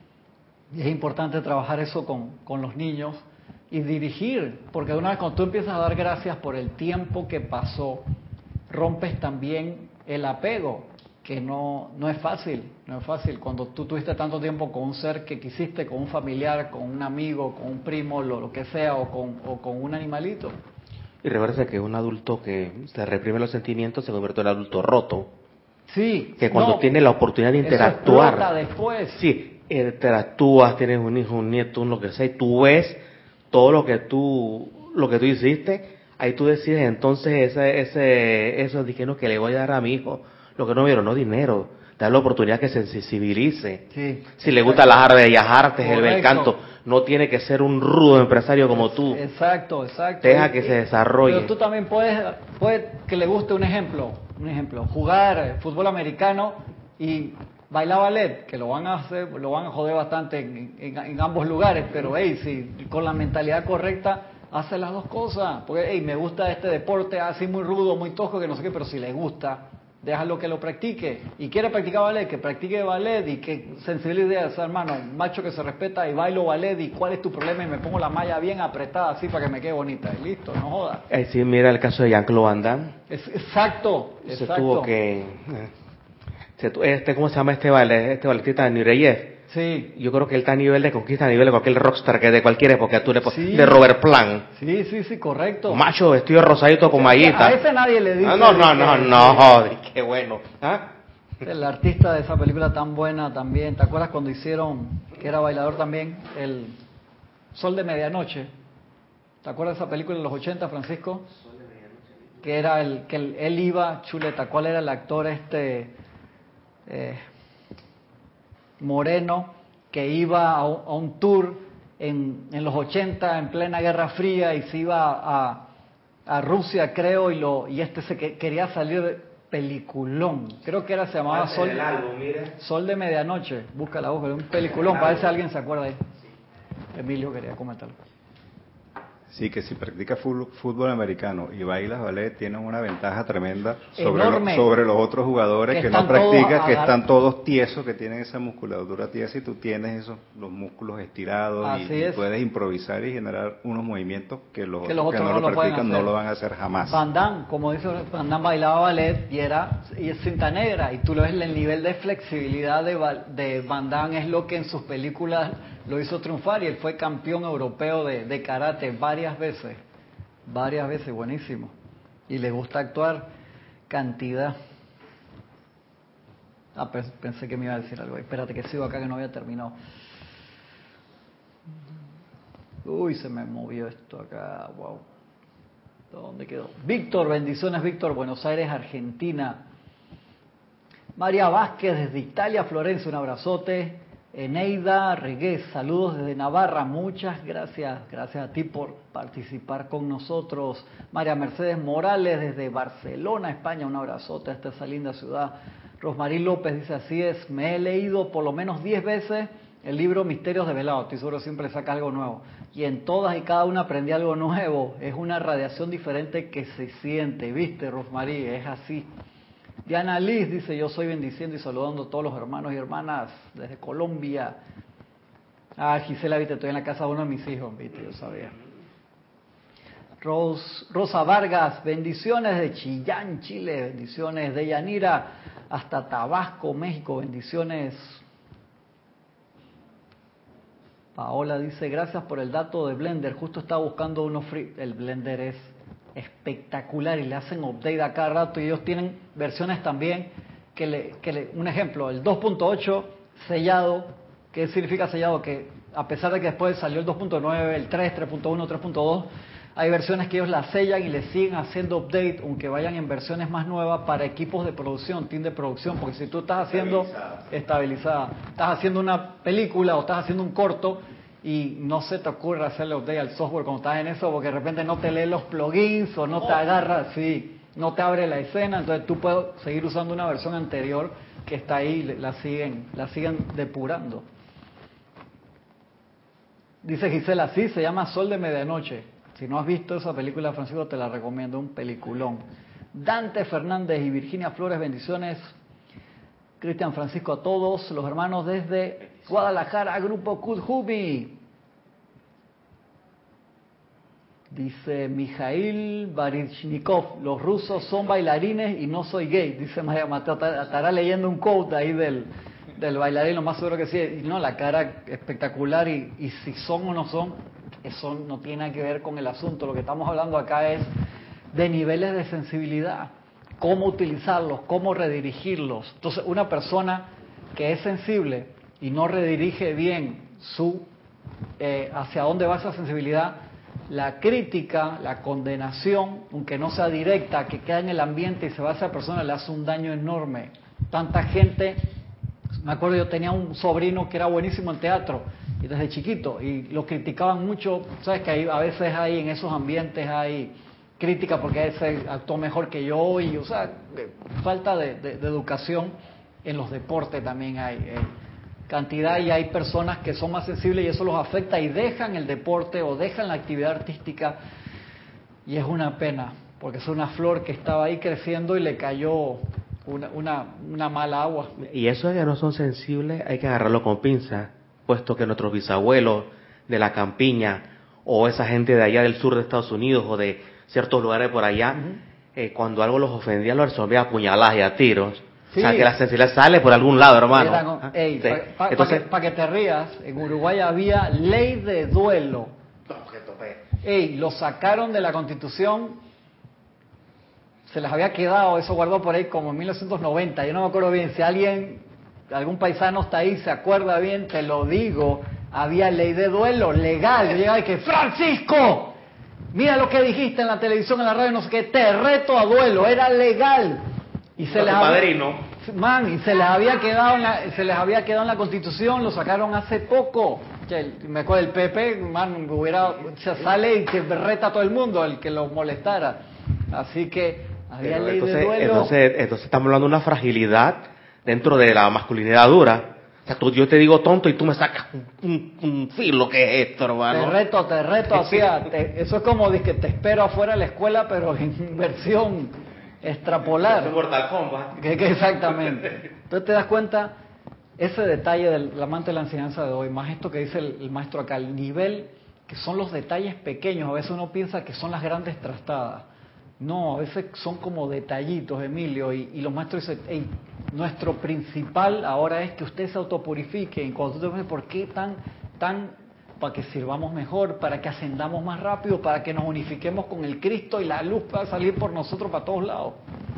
Y es importante trabajar eso con los niños y dirigir, porque de una vez cuando tú empiezas a dar gracias por el tiempo que pasó, rompes también el apego, que no es fácil, cuando tú tuviste tanto tiempo con un ser que quisiste, con un familiar, con un amigo, con un primo, lo que sea, o con un animalito. Y recuerda que un adulto que se reprime los sentimientos se convierte en un adulto roto. Sí. Que cuando tiene la oportunidad de interactuar. Eso explota después. Sí, interactúas, tienes un hijo, un nieto, lo que sea, y tú ves todo lo que tú hiciste, ahí tú decides entonces eso dije no que le voy a dar a mi hijo. Lo que no vieron, no dinero, dar la oportunidad que se sensibilice. Sí, si le gusta las bellas artes, el bel canto, no tiene que ser un rudo empresario como tú. Exacto. Deja que se desarrolle. Pero tú también puedes que le guste un ejemplo, jugar fútbol americano y bailar ballet, que lo van a joder bastante en ambos lugares, pero si con la mentalidad correcta hace las dos cosas, porque me gusta este deporte así muy rudo, muy tosco, que no sé qué, pero si le gusta, déjalo que lo practique. Y quiere practicar ballet, que practique ballet. Y que sensibilidad, hermano, macho que se respeta y bailo ballet. ¿Y cuál es tu problema? Y me pongo la malla bien apretada así para que me quede bonita. Y listo, no jodas. Sí, mira el caso de Jean-Claude Van Damme. Exacto. Se tuvo que... ¿cómo se llama este balletista? Nureyev. Sí. Yo creo que él está a nivel de conquista, a nivel de cualquier rockstar que de cualquier época, de Robert Plant. Sí, correcto. Macho vestido rosadito con mallita. A ese nadie le dice. No, joder, qué bueno. ¿Ah? El artista de esa película tan buena también. ¿Te acuerdas cuando hicieron, que era bailador también, el Sol de Medianoche? ¿Te acuerdas de esa película de los 80, Francisco? Sol de Medianoche. Que era él iba, chuleta, ¿cuál era el actor moreno, que iba a un tour en los 80, en plena Guerra Fría, y se iba a Rusia, creo, y quería salir de peliculón. Creo que se llamaba Sol de Medianoche. Búscala, un peliculón, parece que alguien se acuerda ahí. Emilio quería comentarlo. Sí, que si practicas fútbol americano y bailas ballet, tienes una ventaja tremenda sobre los otros jugadores que no practican, que están todos tiesos, que tienen esa musculatura tiesa, y tú tienes los músculos estirados y puedes improvisar y generar unos movimientos que los otros que no lo practican no lo van a hacer jamás. Van Damme, como dice Van Damme, bailaba ballet y es cinta negra, y tú lo ves, el nivel de flexibilidad de Van Damme es lo que en sus películas lo hizo triunfar, y él fue campeón europeo de karate varias veces, buenísimo. Y le gusta actuar cantidad. Pensé que me iba a decir algo. Espérate que sigo acá, que no había terminado. Uy, se me movió esto acá, wow. ¿Dónde quedó? Víctor, bendiciones Víctor, Buenos Aires, Argentina. María Vázquez desde Italia, Florencia, un abrazote. Eneida Regués, saludos desde Navarra, muchas gracias, gracias a ti por participar con nosotros. María Mercedes Morales desde Barcelona, España, un abrazote hasta esa linda ciudad. Rosmarí López dice, así es, me he leído por lo menos 10 veces el libro Misterios Develados, estoy seguro siempre saca algo nuevo. Y en todas y cada una aprendí algo nuevo, es una radiación diferente que se siente, ¿viste, Rosmarí? Es así. Diana Liz dice, yo soy bendiciendo y saludando a todos los hermanos y hermanas desde Colombia. Ah, Gisela, viste, estoy en la casa de uno de mis hijos, viste, yo sabía. Rosa Vargas, bendiciones de Chillán, Chile, bendiciones de Yanira hasta Tabasco, México, bendiciones. Paola dice, gracias por el dato de Blender, justo estaba buscando uno free. El Blender es espectacular y le hacen update a cada rato y ellos tienen versiones también un ejemplo, el 2.8 sellado. ¿Qué significa sellado? Que a pesar de que después salió el 2.9, el 3, 3.1, 3.2, hay versiones que ellos la sellan y le siguen haciendo update, aunque vayan en versiones más nuevas para equipos de producción, team de producción, porque si tú estás haciendo estás haciendo una película o estás haciendo un corto y no se te ocurre hacerle update al software cuando estás en eso, porque de repente no te lee los plugins o no te agarra, sí, no te abre la escena, entonces tú puedes seguir usando una versión anterior que está ahí, la siguen depurando. Dice Gisela, sí, se llama Sol de Medianoche. Si no has visto esa película, Francisco, te la recomiendo, un peliculón. Dante Fernández y Virginia Flores, bendiciones. Cristian Francisco a todos, los hermanos desde Guadalajara, Grupo Kudjubi. Dice Mijail Baryshnikov, los rusos son bailarines y no soy gay. Dice María Mateo, estará leyendo un quote ahí del bailarín, lo más seguro que sí. Y no, la cara espectacular y si son o no son, eso no tiene nada que ver con el asunto. Lo que estamos hablando acá es de niveles de sensibilidad, cómo utilizarlos, cómo redirigirlos. Entonces, una persona que es sensible y no redirige bien hacia dónde va esa sensibilidad, la crítica, la condenación, aunque no sea directa, que queda en el ambiente y se va a esa persona, le hace un daño enorme. Tanta gente, me acuerdo, yo tenía un sobrino que era buenísimo en teatro, y desde chiquito, y lo criticaban mucho, sabes que a veces hay en esos ambientes hay crítica porque ese actuó mejor que yo, y o sea, falta de educación. En los deportes también hay cantidad, y hay personas que son más sensibles y eso los afecta y dejan el deporte o dejan la actividad artística, y es una pena porque es una flor que estaba ahí creciendo y le cayó una mala agua. Y eso de que no son sensibles hay que agarrarlo con pinzas, puesto que nuestros bisabuelos de la campiña o esa gente de allá del sur de Estados Unidos o de ciertos lugares por allá, cuando algo los ofendía lo resolvía a puñaladas y a tiros. Sí. O sea, que la sensibilidad sale por algún lado, hermano. Sí. Para que te rías, en Uruguay había ley de duelo. Lo sacaron de la Constitución, se les había quedado eso guardado por ahí como en 1990, yo no me acuerdo bien, si algún paisano está ahí, se acuerda bien, te lo digo, había ley de duelo legal. Yo llegaba y que, Francisco, mira lo que dijiste en la televisión, en la radio, no sé qué, te reto a duelo, era legal. Y se les había quedado en la Constitución, lo sacaron hace poco. Me acuerdo el Pepe, sale y que reta a todo el mundo el que lo molestara. Así que había ley de duelo. Entonces estamos hablando de una fragilidad dentro de la masculinidad dura. O sea, yo te digo tonto y tú me sacas un filo, que es esto, hermano? Te reto, eso es como que te espero afuera de la escuela, pero en versión extrapolar. Mortal Kombat. Exactamente. Entonces te das cuenta, ese detalle del amante de la enseñanza de hoy, más esto que dice el maestro acá, el nivel, que son los detalles pequeños. A veces uno piensa que son las grandes trastadas. No, a veces son como detallitos, Emilio, y los maestros dicen, nuestro principal ahora es que usted se autopurifique. Y cuando tú te dices, ¿por qué tan para que sirvamos mejor, para que ascendamos más rápido, para que nos unifiquemos con el Cristo y la luz para salir por nosotros para todos lados?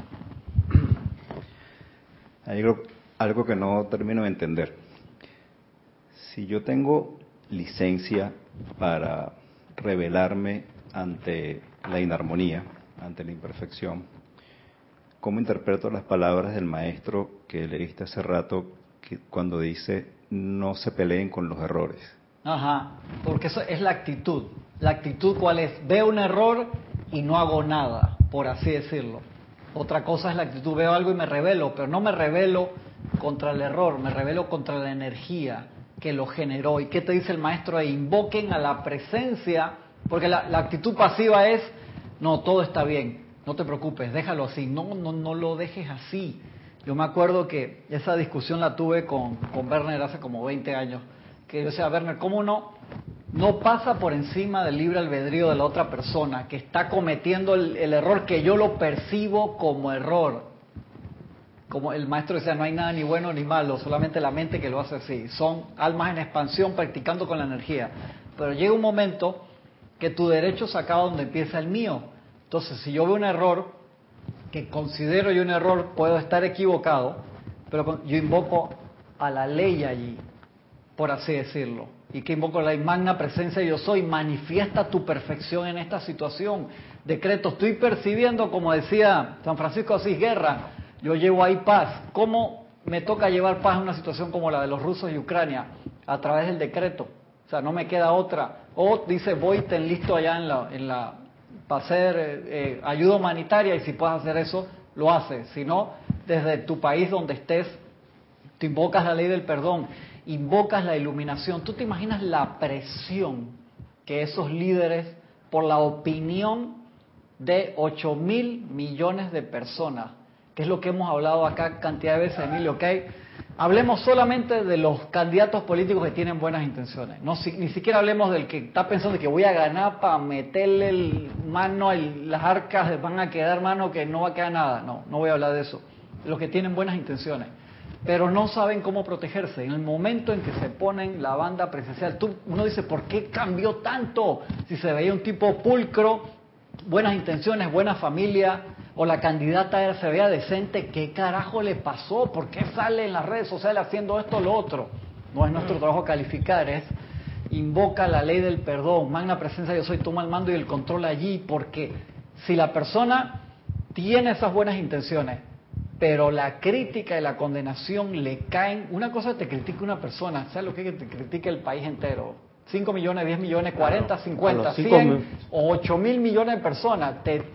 Hay algo que no termino de entender. Si yo tengo licencia para rebelarme ante la inarmonía, ante la imperfección, ¿cómo interpreto las palabras del maestro que leíste hace rato, cuando dice no se peleen con los errores. Ajá, porque eso es la actitud. ¿La actitud cuál es? Veo un error y no hago nada, por así decirlo. Otra cosa es la actitud, veo algo y me rebelo, pero no me rebelo contra el error, me rebelo contra la energía que lo generó. ¿Y qué te dice el maestro ahí? Invoquen a la presencia, porque la actitud pasiva es, no, todo está bien, no te preocupes, déjalo así, no lo dejes así. Yo me acuerdo que esa discusión la tuve con Werner hace como 20 años, que yo decía, Werner, ¿cómo no pasa por encima del libre albedrío de la otra persona que está cometiendo el error que yo lo percibo como error? Como el maestro decía, no hay nada ni bueno ni malo, solamente la mente que lo hace así. Son almas en expansión practicando con la energía. Pero llega un momento que tu derecho se acaba donde empieza el mío. Entonces, si yo veo un error, que considero yo un error, puedo estar equivocado, pero yo invoco a la ley allí, por así decirlo. ¿Y que invoco? La magna presencia yo soy, manifiesta tu perfección en esta situación. Decreto, estoy percibiendo, como decía San Francisco de Asís, guerra, yo llevo ahí paz. ¿Cómo me toca llevar paz en una situación como la de los rusos y Ucrania? A través del decreto. O sea, no me queda otra. O dice, voy, ten listo allá para hacer ayuda humanitaria, y si puedes hacer eso, lo haces. Si no, desde tu país donde estés, tú invocas la ley del perdón, invocas la iluminación. ¿Tú te imaginas la presión que esos líderes, por la opinión de 8.000 millones de personas, que es lo que hemos hablado acá cantidad de veces, Emilio, ¿ok? Hablemos solamente de los candidatos políticos que tienen buenas intenciones. No, ni siquiera hablemos del que está pensando que voy a ganar para meterle mano, las arcas van a quedar mano, que no va a quedar nada. No voy a hablar de eso. Los que tienen buenas intenciones, pero no saben cómo protegerse. En el momento en que se ponen la banda presencial, uno dice, ¿por qué cambió tanto? Si se veía un tipo pulcro, buenas intenciones, buena familia, o la candidata se veía decente, ¿qué carajo le pasó? ¿Por qué sale en las redes sociales haciendo esto o lo otro? No es nuestro trabajo calificar, es invoca la ley del perdón, magna presencia yo soy, toma el mando y el control allí, porque si la persona tiene esas buenas intenciones, pero la crítica y la condenación le caen, una cosa te critica una persona, ¿sabes lo que es que te critique el país entero? 5 millones, 10 millones, 40, 50, 100 o 8.000 millones de personas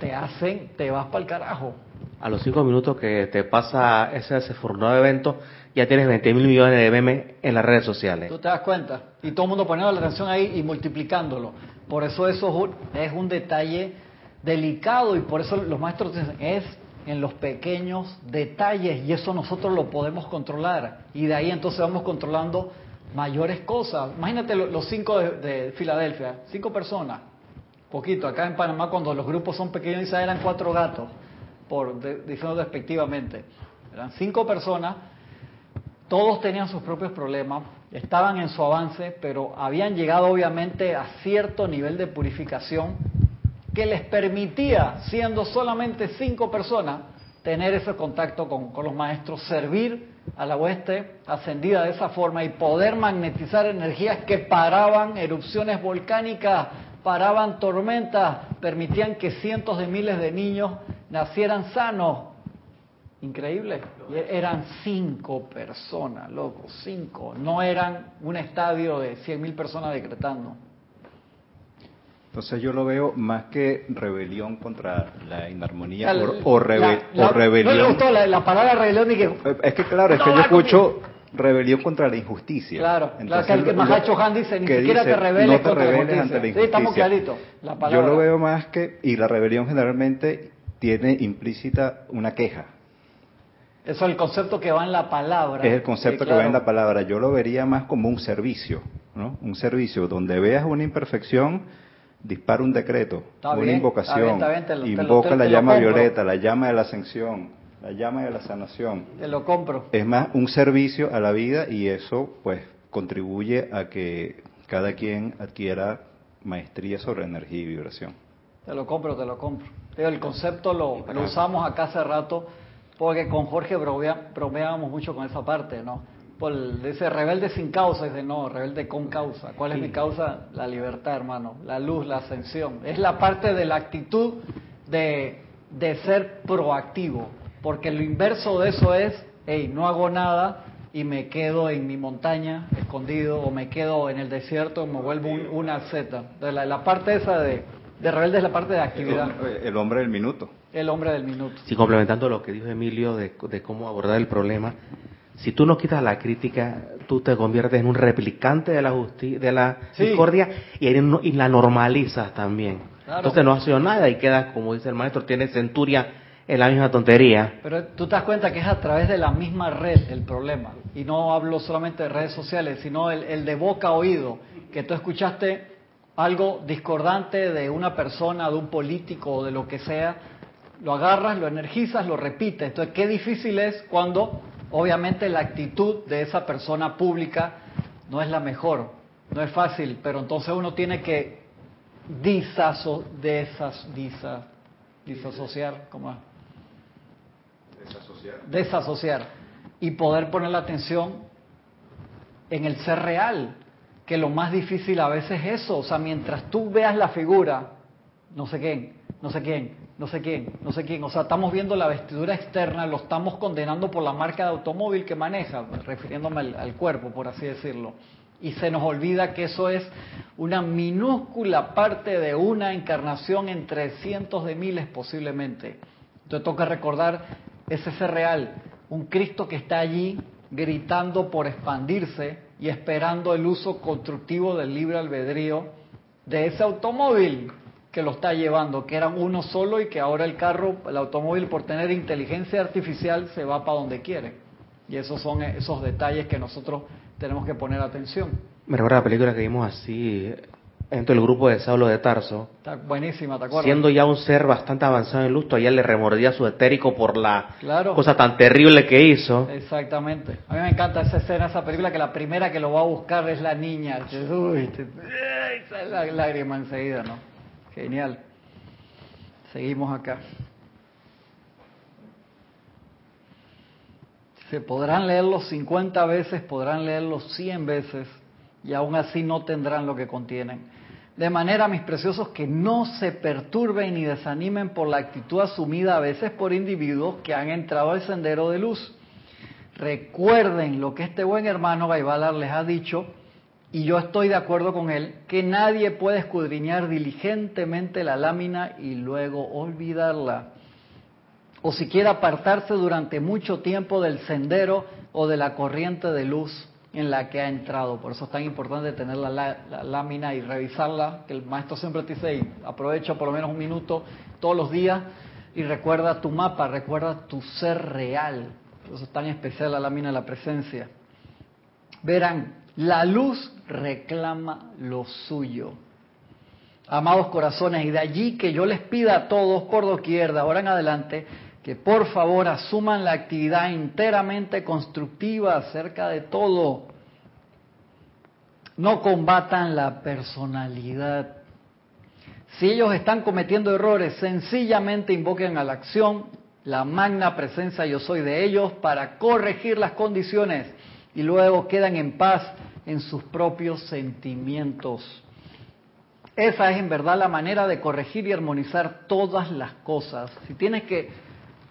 te vas para el carajo. A los 5 minutos que te pasa ese desafortunado evento, ya tienes 20.000 millones de memes en las redes sociales. Tú te das cuenta. Y todo el mundo poniendo la atención ahí y multiplicándolo. Por eso es un detalle delicado, y por eso los maestros dicen, es en los pequeños detalles, y eso nosotros lo podemos controlar. Y de ahí entonces vamos controlando mayores cosas. Imagínate los 5 de Filadelfia, 5 personas, poquito. Acá en Panamá, cuando los grupos son pequeños, eran 4 gatos, diciendo despectivamente. Eran 5 personas, todos tenían sus propios problemas, estaban en su avance, pero habían llegado obviamente a cierto nivel de purificación que les permitía, siendo solamente 5 personas, tener ese contacto con los maestros, servir a la hueste ascendida de esa forma y poder magnetizar energías que paraban erupciones volcánicas, paraban tormentas, permitían que cientos de miles de niños nacieran sanos. Increíble. Eran 5 personas, loco, 5. No eran un estadio de 100.000 personas decretando. Entonces yo lo veo más que rebelión contra la inarmonía rebelión. No le gustó la palabra rebelión y que... Es que claro, es que yo escucho rebelión contra la injusticia. Claro, entonces, que Mahacho Han dice, ni siquiera te rebeles no te contra rebeles la injusticia. ante la injusticia. Sí, estamos claritos. La palabra. Yo lo veo más que... Y la rebelión generalmente tiene implícita una queja. Eso es el concepto que va en la palabra. Es el concepto que va en la palabra. Yo lo vería más como un servicio, ¿no? Un servicio donde veas una imperfección, dispara un decreto, una invocación, invoca la llama violeta, la llama de la ascensión, la llama de la sanación. Te lo compro. Es más un servicio a la vida, y eso pues contribuye a que cada quien adquiera maestría sobre energía y vibración. Te lo compro. El concepto lo usamos acá hace rato, porque con Jorge bromeábamos mucho con esa parte, ¿no? Dice rebelde sin causa, dice no, rebelde con causa. ¿Cuál es mi causa? La libertad, hermano, la luz, la ascensión. Es la parte de la actitud de ser proactivo, porque lo inverso de eso es, hey, no hago nada, y me quedo en mi montaña escondido, o me quedo en el desierto y me vuelvo una zeta. La parte esa de rebelde es la parte de actividad. El hombre del minuto. El hombre del minuto. Sí, complementando lo que dijo Emilio de cómo abordar el problema, si tú no quitas la crítica, tú te conviertes en un replicante de la discordia y la normalizas también. Claro. Entonces no has hecho nada y quedas, como dice el maestro, tienes centuria en la misma tontería. Pero tú te das cuenta que es a través de la misma red el problema. Y no hablo solamente de redes sociales, sino el de boca a oído, que tú escuchaste algo discordante de una persona, de un político o de lo que sea, lo agarras, lo energizas, lo repites. Entonces, qué difícil es cuando, obviamente, la actitud de esa persona pública no es la mejor, no es fácil, pero entonces uno tiene que disasociar, ¿cómo es? Desasociar y poder poner la atención en el ser real, que lo más difícil a veces es eso. O sea, mientras tú veas la figura, no sé quién, no sé quién, no sé quién, no sé quién, o sea, estamos viendo la vestidura externa, lo estamos condenando por la marca de automóvil que maneja, refiriéndome al cuerpo, por así decirlo, y se nos olvida que eso es una minúscula parte de una encarnación entre cientos de miles posiblemente. Entonces toca recordar ese ser real, un Cristo que está allí gritando por expandirse y esperando el uso constructivo del libre albedrío de ese automóvil que lo está llevando, que era uno solo y que ahora el automóvil por tener inteligencia artificial se va para donde quiere. Y esos son esos detalles que nosotros tenemos que poner atención. Me recuerda la película que vimos así, dentro del grupo de Saulo de Tarso. Está buenísima, ¿te acuerdas? Siendo ya un ser bastante avanzado en luz, todavía le remordía su etérico por la claro. cosa tan terrible que hizo. Exactamente. A mí me encanta esa escena, esa película, que la primera que lo va a buscar es la niña. Uy, la lágrima enseguida, ¿no? Genial. Seguimos acá. Se podrán leerlo 50 veces, podrán leerlo 100 veces y aún así no tendrán lo que contienen. De manera, mis preciosos, que no se perturben ni desanimen por la actitud asumida a veces por individuos que han entrado al sendero de luz. Recuerden lo que este buen hermano Gaibalar les ha dicho, y yo estoy de acuerdo con él, que nadie puede escudriñar diligentemente la lámina y luego olvidarla, o siquiera apartarse durante mucho tiempo del sendero o de la corriente de luz en la que ha entrado. Por eso es tan importante tener la lámina y revisarla, que el maestro siempre te dice, aprovecha por lo menos un minuto todos los días y recuerda tu mapa, recuerda tu ser real. Por eso es tan especial la lámina de la presencia. Verán, la luz reclama lo suyo. Amados corazones, y de allí que yo les pida a todos por doquier, de ahora en adelante, que por favor asuman la actividad enteramente constructiva acerca de todo. No combatan la personalidad. Si ellos están cometiendo errores, sencillamente invoquen a la acción, la magna presencia yo soy de ellos, para corregir las condiciones y luego quedan en paz en sus propios sentimientos. Esa es en verdad la manera de corregir y armonizar todas las cosas. Si tienes que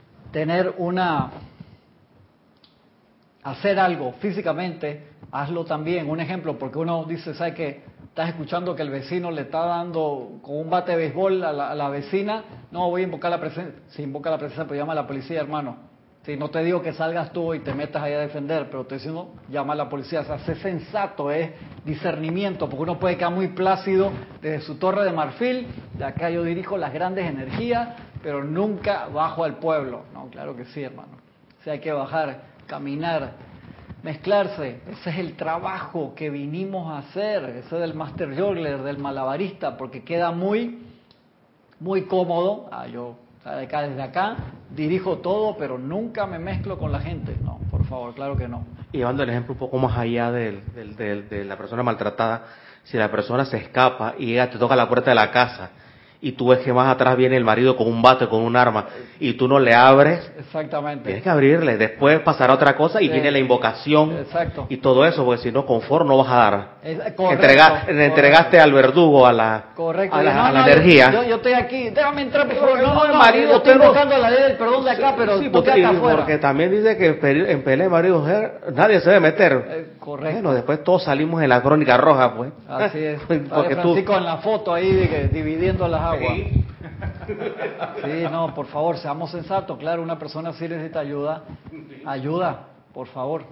hacer algo físicamente, hazlo también. Un ejemplo, porque uno dice, ¿sabes qué? Estás escuchando que el vecino le está dando con un bate de béisbol a la vecina. No, voy a invocar la presencia. Si invoca la presencia, pues llama a la policía, hermano. Si no te digo que salgas tú y te metas ahí a defender, pero te diciendo, llama a la policía. O sea, sé sensato, es discernimiento, porque uno puede quedar muy plácido desde su torre de marfil. De acá yo dirijo las grandes energías, pero nunca bajo al pueblo. No, claro que sí, hermano. O sea, hay que bajar, caminar, mezclarse. Ese es el trabajo que vinimos a hacer. Ese del master juggler, del malabarista, porque queda muy cómodo. Desde acá dirijo todo, pero nunca me mezclo con la gente. No, por favor, claro que no. Y llevando el ejemplo un poco más allá de la persona maltratada, si la persona se escapa y llega, te toca la puerta de la casa y tú ves que más atrás viene el marido con un bate, con un arma, y tú no le abres, Exactamente. tienes que abrirle. Después pasará otra cosa y Sí. viene la invocación. Exacto. Y todo eso, porque si no, confort no vas a dar. Correcto, Entregaste al verdugo, a la, correcto. a la, No, a la no, energía. yo estoy aquí, déjame entrar por favor. No, el marido, yo estoy pero- invocando la ley del perdón de acá, pero Sí, tú quédate afuera. porque también dice que en pelea de marido y mujer nadie se debe meter. Correcto. Bueno, después todos salimos en la crónica roja, pues. Así es. Porque Padre tú... Francisco en la foto ahí dividiendo las aguas. Sí, no, por favor, seamos sensatos. Claro, una persona sí necesita ayuda. Ayuda, por favor.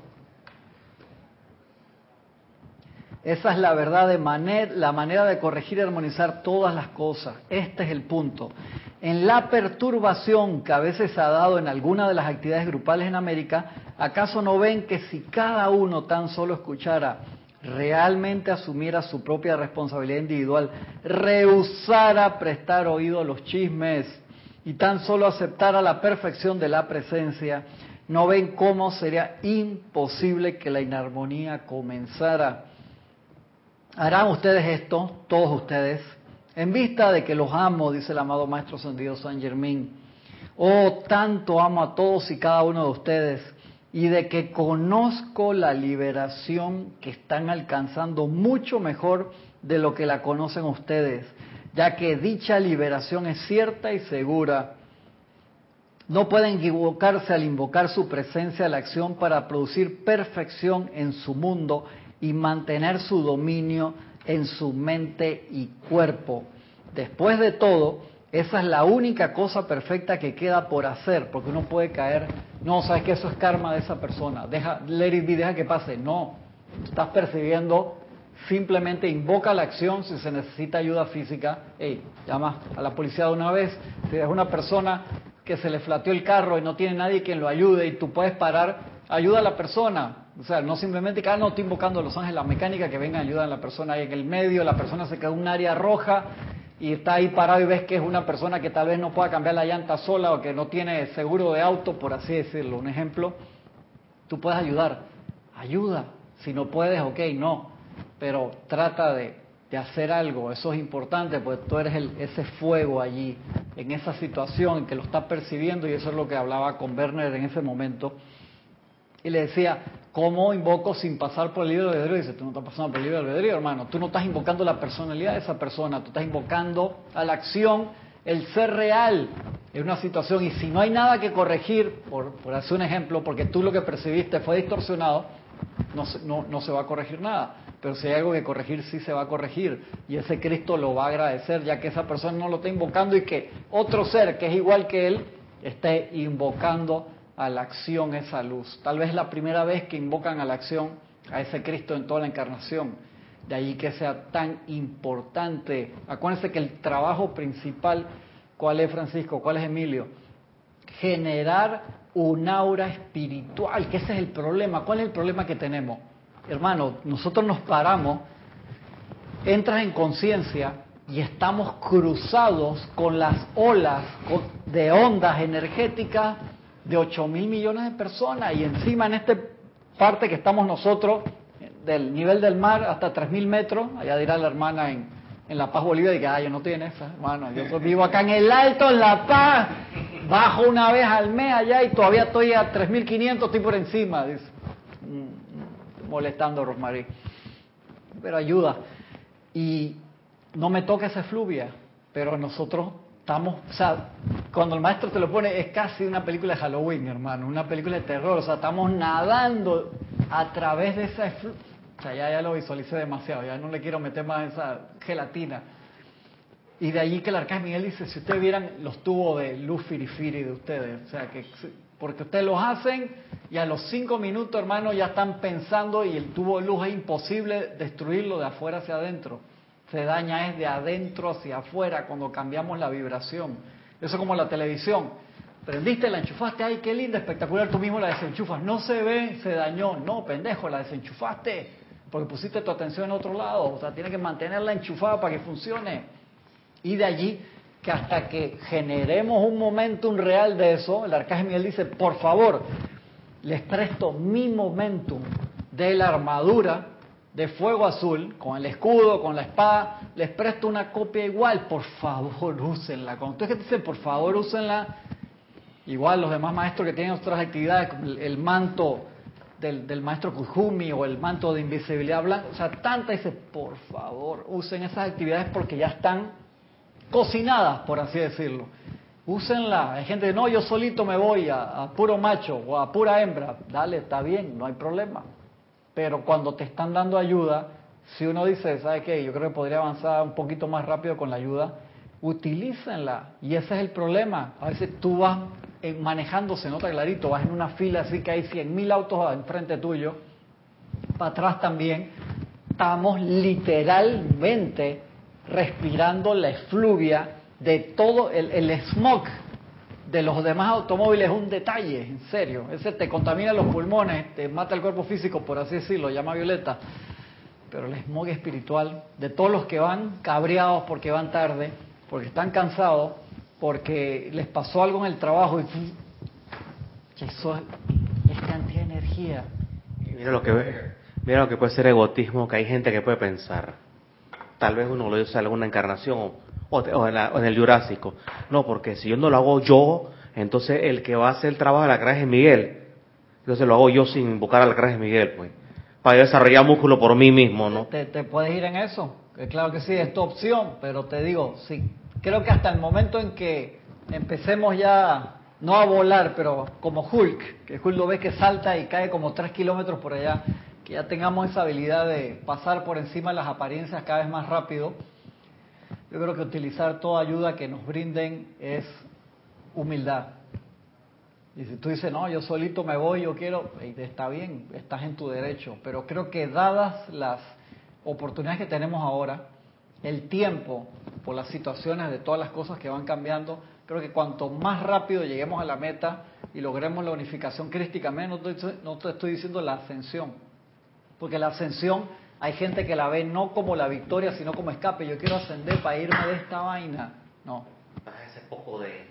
Esa es la verdad la manera de corregir y armonizar todas las cosas. Este es el punto. En la perturbación que a veces se ha dado en alguna de las actividades grupales en América, ¿acaso no ven que si cada uno tan solo escuchara, realmente asumiera su propia responsabilidad individual, rehusara prestar oído a los chismes y tan solo aceptara la perfección de la presencia, no ven cómo sería imposible que la inarmonía comenzara? Harán ustedes esto, todos ustedes, en vista de que los amo, dice el amado Maestro Ascendido Saint Germain. Oh, tanto amo a todos y cada uno de ustedes, y de que conozco la liberación que están alcanzando mucho mejor de lo que la conocen ustedes, ya que dicha liberación es cierta y segura. No pueden equivocarse al invocar su presencia a la acción para producir perfección en su mundo y mantener su dominio en su mente y cuerpo. Después de todo, esa es la única cosa perfecta que queda por hacer, porque uno puede caer, no, sabes que eso es karma de esa persona, let it be, deja que pase. No, estás percibiendo, simplemente invoca la acción. Si se necesita ayuda física, llama a la policía de una vez. Si es una persona que se le flateó el carro y no tiene nadie quien lo ayude y tú puedes parar, ayuda a la persona. O sea, no simplemente que no estoy invocando a los ángeles la mecánica que venga a ayudar a la persona ahí en el medio, la persona se queda en un área roja y está ahí parado y ves que es una persona que tal vez no pueda cambiar la llanta sola o que no tiene seguro de auto, por así decirlo, un ejemplo. Tú puedes ayudar, ayuda. Si no puedes, ok, no, pero trata de hacer algo. Eso es importante, porque tú eres ese fuego allí, en esa situación en que lo estás percibiendo, y eso es lo que hablaba con Werner en ese momento. Y le decía, ¿cómo invoco sin pasar por el libre albedrío? Y dice, tú no estás pasando por el libre albedrío, hermano. Tú no estás invocando la personalidad de esa persona, tú estás invocando a la acción el ser real en una situación. Y si no hay nada que corregir, por hacer un ejemplo, porque tú lo que percibiste fue distorsionado, no se va a corregir nada. Pero si hay algo que corregir, sí se va a corregir. Y ese Cristo lo va a agradecer, ya que esa persona no lo está invocando y que otro ser que es igual que él esté invocando a la acción esa luz. Tal vez es la primera vez que invocan a la acción a ese Cristo en toda la encarnación. De ahí que sea tan importante. Acuérdense que el trabajo principal, ¿cuál es, Francisco? ¿Cuál es, Emilio? Generar un aura espiritual, que ese es el problema. ¿Cuál es el problema que tenemos? Hermano, nosotros nos paramos, entras en conciencia y estamos cruzados con las olas de ondas energéticas de 8.000 millones de personas, y encima en esta parte que estamos nosotros, del nivel del mar hasta 3.000 metros, allá dirá la hermana en La Paz, Bolivia, de que yo no estoy en esa, hermano, yo vivo acá en el Alto, en La Paz, bajo una vez al mes allá y todavía estoy a 3.500, estoy por encima, dice, molestando a Rosmarie, pero ayuda. Y no me toca esa efluvia, pero nosotros estamos, o sea, cuando el maestro te lo pone, es casi una película de Halloween, hermano, una película de terror. O sea, estamos nadando a través de esa efluvia. O sea, ya lo visualicé demasiado, ya no le quiero meter más esa gelatina. Y de allí que el Arcángel Miguel dice, si ustedes vieran los tubos de luz firifiri de ustedes, o sea, que porque ustedes los hacen y a los 5 minutos, hermano, ya están pensando, y el tubo de luz es imposible destruirlo de afuera hacia adentro. Se daña es de adentro hacia afuera cuando cambiamos la vibración. Eso es como la televisión. Prendiste, la enchufaste, ay, qué linda, espectacular, tú mismo la desenchufas. No se ve, se dañó. No, pendejo, la desenchufaste porque pusiste tu atención en otro lado. O sea, tienes que mantenerla enchufada para que funcione. Y de allí que hasta que generemos un momentum real de eso, el Arcángel Miguel dice, por favor, les presto mi momentum de la armadura de fuego azul, con el escudo, con la espada, les presto una copia igual, por favor, úsenla. Cuando ustedes que dicen, por favor, úsenla, igual los demás maestros que tienen otras actividades, el manto del maestro Kujumi o el manto de invisibilidad blanca, o sea, tanta dice, por favor, usen esas actividades porque ya están cocinadas, por así decirlo. Úsenla. Hay gente que no, yo solito me voy a puro macho o a pura hembra. Dale, está bien, no hay problema. Pero cuando te están dando ayuda, si uno dice, ¿sabe qué? Yo creo que podría avanzar un poquito más rápido con la ayuda, utilícenla. Y ese es el problema. A veces tú vas manejando, se nota clarito, vas en una fila así que hay 100.000 autos enfrente tuyo, para atrás también. Estamos literalmente respirando la efluvia de todo el smog de los demás automóviles. Es un detalle, en serio. Ese te contamina los pulmones, te mata el cuerpo físico, por así decirlo, llama violeta. Pero el smog espiritual de todos los que van cabreados porque van tarde, porque están cansados, porque les pasó algo en el trabajo, y eso es cantidad de energía. Mira lo que puede ser egotismo, que hay gente que puede pensar. Tal vez uno lo hizo en alguna encarnación o en el Jurásico. No, porque si yo no lo hago yo, entonces el que va a hacer el trabajo de la Arcángel Miguel. Entonces lo hago yo sin invocar al Arcángel Miguel, pues. Para yo desarrollar músculo por mí mismo, ¿no? Te puedes ir en eso. Claro que sí, es tu opción, pero te digo, sí, creo que hasta el momento en que empecemos ya, no a volar, pero como Hulk, que Hulk lo ves que salta y cae como 3 kilómetros por allá, que ya tengamos esa habilidad de pasar por encima de las apariencias cada vez más rápido. Yo creo que utilizar toda ayuda que nos brinden es humildad. Y si tú dices, no, yo solito me voy, yo quiero, está bien, estás en tu derecho. Pero creo que dadas las oportunidades que tenemos ahora, el tiempo, por las situaciones de todas las cosas que van cambiando, creo que cuanto más rápido lleguemos a la meta y logremos la unificación crística, no te estoy diciendo la ascensión. Porque la ascensión, hay gente que la ve no como la victoria, sino como escape. Yo quiero ascender para irme de esta vaina. No. Ese poco de...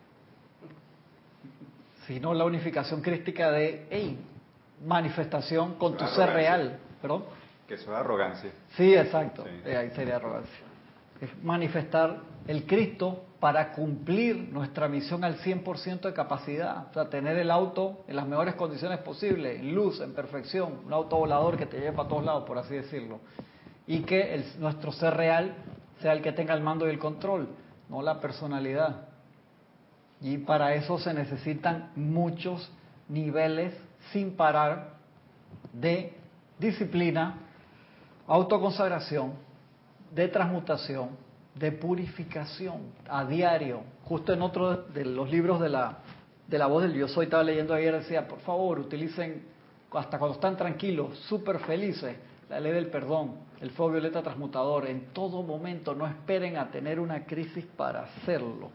Sino la unificación crística de, manifestación con tu ser real. ¿Perdón? Que eso es arrogancia. Sí, exacto. Sí. Ahí sería arrogancia. Es manifestar el Cristo para cumplir nuestra misión al 100% de capacidad. O sea, tener el auto en las mejores condiciones posibles, en luz, en perfección, un auto volador que te lleve para todos lados, por así decirlo. Y que nuestro ser real sea el que tenga el mando y el control, no la personalidad. Y para eso se necesitan muchos niveles sin parar de disciplina, autoconsagración, de transmutación, de purificación a diario. Justo en otro de los libros de la voz del Yo Soy, estaba leyendo ayer, decía, por favor, utilicen, hasta cuando están tranquilos, súper felices, la ley del perdón, el fuego violeta transmutador, en todo momento, no esperen a tener una crisis para hacerlo.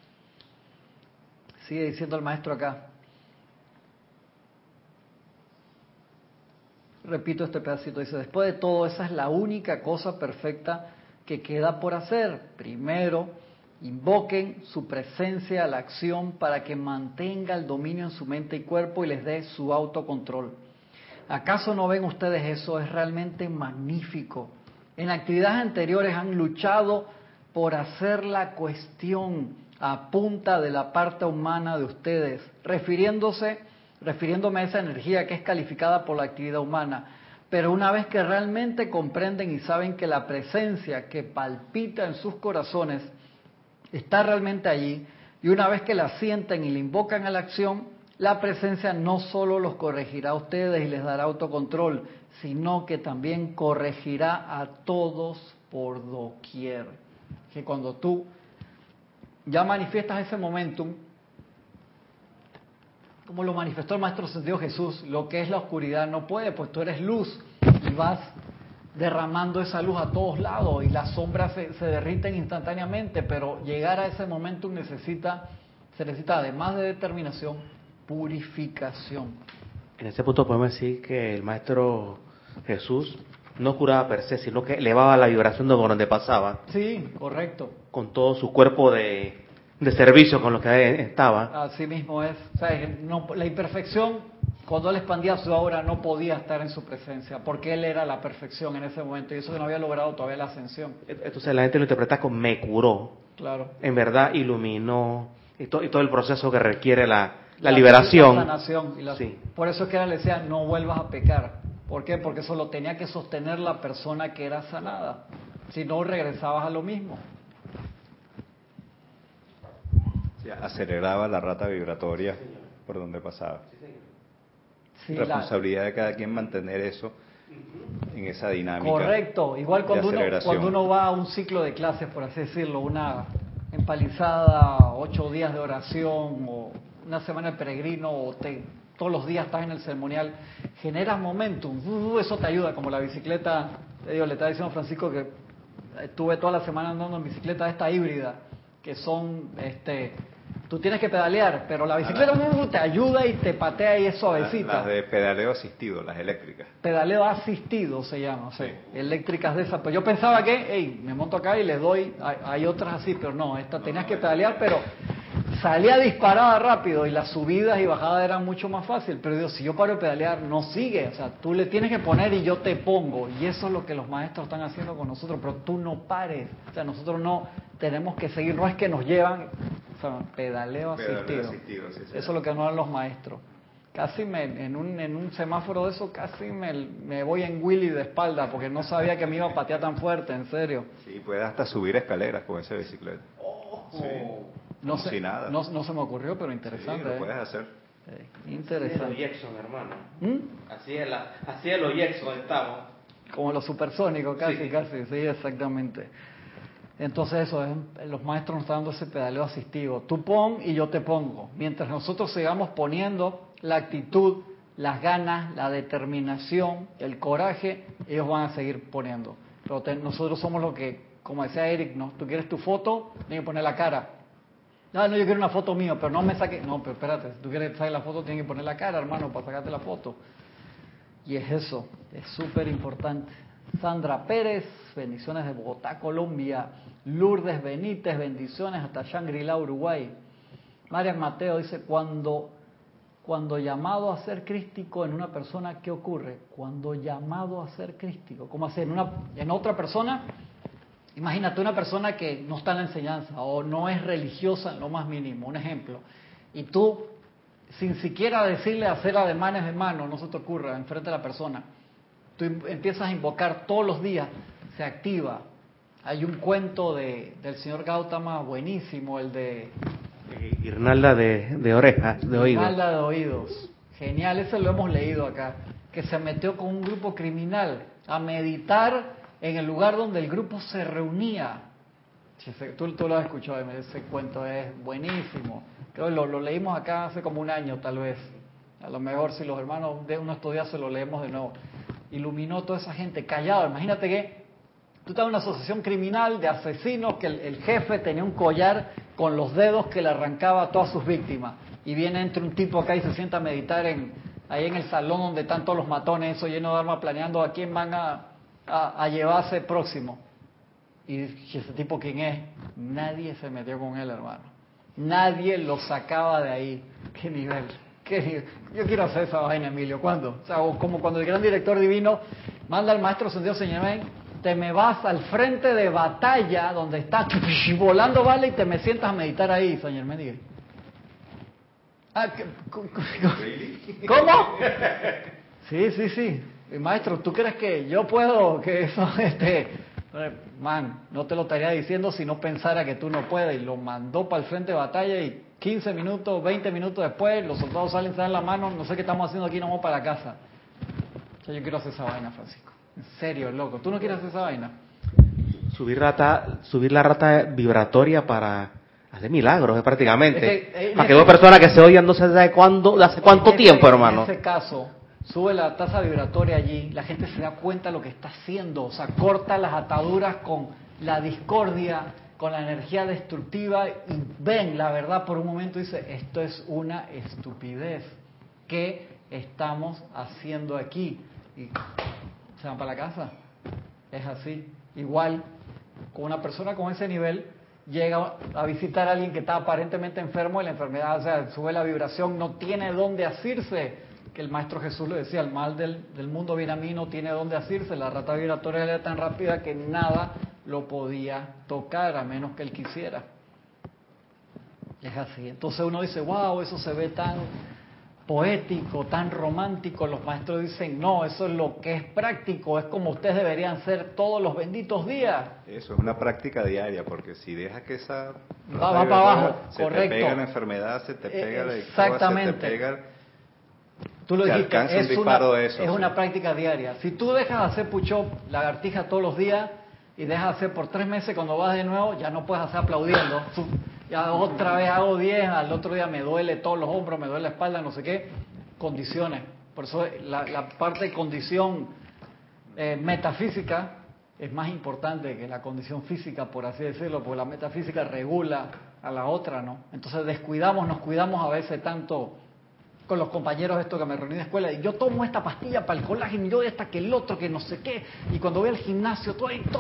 Sigue diciendo el maestro acá. Repito este pedacito, dice, después de todo, esa es la única cosa perfecta que queda por hacer. Primero, invoquen su presencia a la acción para que mantenga el dominio en su mente y cuerpo y les dé su autocontrol. ¿Acaso no ven ustedes eso? Es realmente magnífico. En actividades anteriores han luchado por hacer la cuestión a punta de la parte humana de ustedes, refiriéndome a esa energía que es calificada por la actividad humana. Pero una vez que realmente comprenden y saben que la presencia que palpita en sus corazones está realmente allí, y una vez que la sienten y la invocan a la acción, la presencia no solo los corregirá a ustedes y les dará autocontrol, sino que también corregirá a todos por doquier. Que cuando tú ya manifiestas ese momentum, como lo manifestó el Maestro Ascendido Jesús, lo que es la oscuridad no puede, pues tú eres luz y vas derramando esa luz a todos lados y las sombras se derriten instantáneamente, pero llegar a ese momentum se necesita, además de determinación, purificación. En ese punto podemos decir que el Maestro Jesús no curaba per se, sino que elevaba la vibración de donde pasaba. Sí, correcto. Con todo su cuerpo de servicio con lo que estaba. Así mismo es. O sea, no, la imperfección Cuando él expandía su aura no podía estar en su presencia, porque él era la perfección en ese momento y eso que no había logrado todavía la ascensión. Entonces la gente lo interpreta como me curó. Claro. En verdad iluminó y todo el proceso que requiere la liberación. La sanación. Sí. Por eso es que él le decía, no vuelvas a pecar. ¿Por qué? Porque eso lo tenía que sostener la persona que era sanada. Si no, regresabas a lo mismo. Sí, aceleraba la rata vibratoria por donde pasaba. Sí, responsabilidad de cada quien mantener eso en esa dinámica. Correcto, igual cuando uno va a un ciclo de clases, por así decirlo, una empalizada, 8 días de oración o una semana de peregrino o todos los días estás en el ceremonial, generas momentum, eso te ayuda, como la bicicleta, le estaba diciendo a Francisco que estuve toda la semana andando en bicicleta esta híbrida, que son, tú tienes que pedalear, pero la bicicleta te ayuda y te patea y es suavecita. Las de pedaleo asistido, las eléctricas. Pedaleo asistido se llama, sí. Eléctricas de esas. Pero yo pensaba que, me monto acá y le doy, hay otras así, pero no, esta tenías que pedalear, pero salía disparada rápido y las subidas y bajadas eran mucho más fácil. Pero digo, si yo paro de pedalear, no sigue. O sea, tú le tienes que poner y yo te pongo. Y eso es lo que los maestros están haciendo con nosotros, pero tú no pares. O sea, nosotros no tenemos que seguir, no es que nos llevan, o sea, pedaleo asistido. Sí. Eso es lo que anulan los maestros. Casi en un semáforo de eso, casi me voy en Willy de espalda porque no sabía que me iba a patear tan fuerte, en serio. Sí, puedes hasta subir escaleras con esa bicicleta. Sí. No sé, sin nada. No se me ocurrió, pero interesante. Sí, lo puedes hacer. Interesante. Así es los Jackson, hermano. Así es los Jackson estamos. Como los supersónicos, casi, sí, exactamente. Entonces eso, los maestros nos están dando ese pedaleo asistivo. Tú pon y yo te pongo. Mientras nosotros sigamos poniendo la actitud, las ganas, la determinación, el coraje, ellos van a seguir poniendo. Pero nosotros somos lo que, como decía Eric, ¿no? Tú quieres tu foto, tienes que poner la cara. No, yo quiero una foto mía, pero no me saques. No, pero espérate, si tú quieres sacar la foto, tienes que poner la cara, hermano, para sacarte la foto. Y es eso, es súper importante. Sandra Pérez, bendiciones de Bogotá, Colombia. Lourdes Benítez, bendiciones hasta Shangri-La, Uruguay. Marian Mateo dice, cuando llamado a ser crístico en una persona, ¿qué ocurre? Cuando llamado a ser crístico, ¿cómo hacer? En otra persona, imagínate una persona que no está en la enseñanza o no es religiosa en lo más mínimo, un ejemplo, y tú, sin siquiera decirle hacer ademanes de mano, no se te ocurra, enfrente de la persona, tú empiezas a invocar todos los días, se activa. Hay un cuento del señor Gautama buenísimo, el de... Guirnalda de orejas, de oídos. Guirnalda de oídos. Genial, ese lo hemos leído acá. Que se metió con un grupo criminal a meditar en el lugar donde el grupo se reunía. Tú lo has escuchado, ese cuento es buenísimo. Creo que lo leímos acá hace como un año tal vez. A lo mejor si los hermanos de uno estudia se lo leemos de nuevo. Iluminó toda esa gente callado. Imagínate que tú estabas en una asociación criminal de asesinos que el jefe tenía un collar con los dedos que le arrancaba a todas sus víctimas. Y entre un tipo acá y se sienta a meditar ahí en el salón donde están todos los matones, eso lleno de armas, planeando a quién van a llevarse próximo. Y ese tipo, ¿quién es? Nadie se metió con él, hermano. Nadie lo sacaba de ahí. ¿Qué nivel? Yo quiero hacer esa vaina, Emilio. ¿Cuándo? O sea, como cuando el gran director divino manda al maestro Ascendido Señor Germain, te me vas al frente de batalla donde está volando bala y te me sientas a meditar ahí, Señor Germain. ¿Cómo? Sí. Maestro, ¿tú crees que yo puedo que eso no te lo estaría diciendo si no pensara que tú no puedes? Y lo mandó para el frente de batalla y 15 minutos, 20 minutos después, los soldados salen, se dan la mano, no sé qué estamos haciendo aquí, no vamos para la casa. O sea, yo quiero hacer esa vaina, Francisco. En serio, loco. ¿Tú no quieres hacer esa vaina? Subir la rata vibratoria para hacer milagros, prácticamente. Para que dos personas que se oigan no sé de hace cuánto tiempo, hermano. En ese caso, sube la tasa vibratoria allí, la gente se da cuenta de lo que está haciendo, o sea, corta las ataduras con la discordia, con la energía destructiva y ven la verdad por un momento y dice, esto es una estupidez. ¿Qué estamos haciendo aquí? Y se van para la casa. Es así. Igual, con una persona con ese nivel, llega a visitar a alguien que está aparentemente enfermo y la enfermedad, o sea, sube la vibración, no tiene dónde asirse. que el Maestro Jesús le decía, el mal del mundo viene a mí, no tiene dónde asirse, la rata vibratoria era tan rápida que nada lo podía tocar a menos que él quisiera. Es así. Entonces uno dice, wow, eso se ve tan poético, tan romántico. Los maestros dicen, no, eso es lo que es práctico, es como ustedes deberían ser todos los benditos días. Eso es una práctica diaria, porque si dejas que esa va para abajo, se correcto. te pega la enfermedad, se te pega la exactamente. Se te pega, tú lo dijiste, es una práctica diaria. Si tú dejas de hacer push-up, lagartija todos los días, y dejas de hacer por 3 meses, cuando vas de nuevo, ya no puedes hacer aplaudiendo. Ya otra vez hago 10, al otro día me duele todos los hombros, me duele la espalda, no sé qué. Condiciones. Por eso la parte de condición metafísica es más importante que la condición física, por así decirlo, porque la metafísica regula a la otra, ¿no? Entonces nos cuidamos a veces tanto con los compañeros esto que me reuní en la escuela, y yo tomo esta pastilla para el colágeno, y yo esta que el otro, que no sé qué, y cuando voy al gimnasio,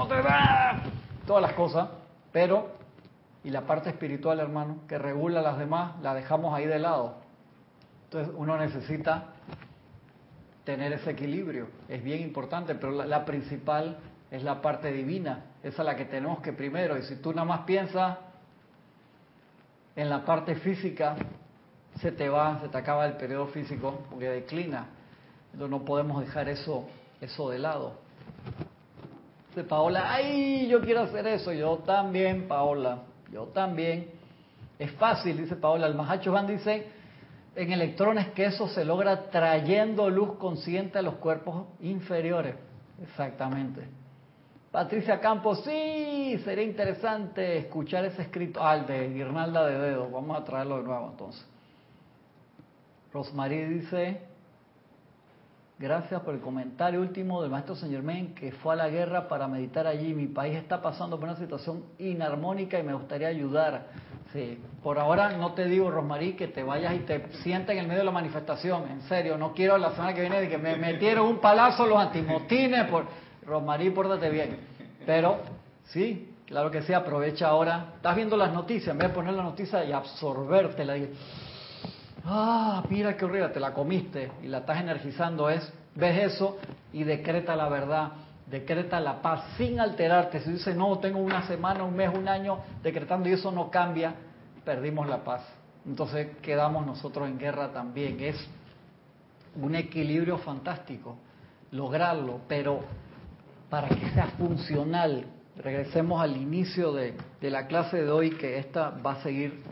todas las cosas, pero, y la parte espiritual, hermano, que regula a las demás, la dejamos ahí de lado. Entonces uno necesita tener ese equilibrio, es bien importante, pero la principal es la parte divina, esa es la que tenemos que primero, y si tú nada más piensas en la parte física, se te acaba el periodo físico porque declina. Entonces no podemos dejar eso de lado. Dice Paola, ¡ay, yo quiero hacer eso! Yo también, Paola, yo también. Es fácil, dice Paola. El Mahacho Han dice, en electrones, que eso se logra trayendo luz consciente a los cuerpos inferiores. Exactamente. Patricia Campos, sí, sería interesante escuchar ese escrito. El de Guirnalda de Dedo. Vamos a traerlo de nuevo entonces. Rosmarie dice, gracias por el comentario último del maestro Saint Germain, que fue a la guerra para meditar allí. Mi país está pasando por una situación inarmónica y me gustaría ayudar. Sí, por ahora no te digo, Rosmarie, que te vayas y te sientes en el medio de la manifestación. En serio, no quiero la semana que viene de que me metieron un palazo los antimotines. Rosmarie, pórtate bien. Pero, sí, claro que sí, aprovecha ahora. Estás viendo las noticias, en vez de poner la noticia y absorbértela. Mira qué horrible, te la comiste y la estás energizando. Ves eso y decreta la verdad, decreta la paz sin alterarte. Si dices, no, tengo una semana, un mes, un año decretando y eso no cambia, perdimos la paz. Entonces quedamos nosotros en guerra también. Es un equilibrio fantástico lograrlo, pero para que sea funcional, regresemos al inicio de la clase de hoy, que esta va a seguir.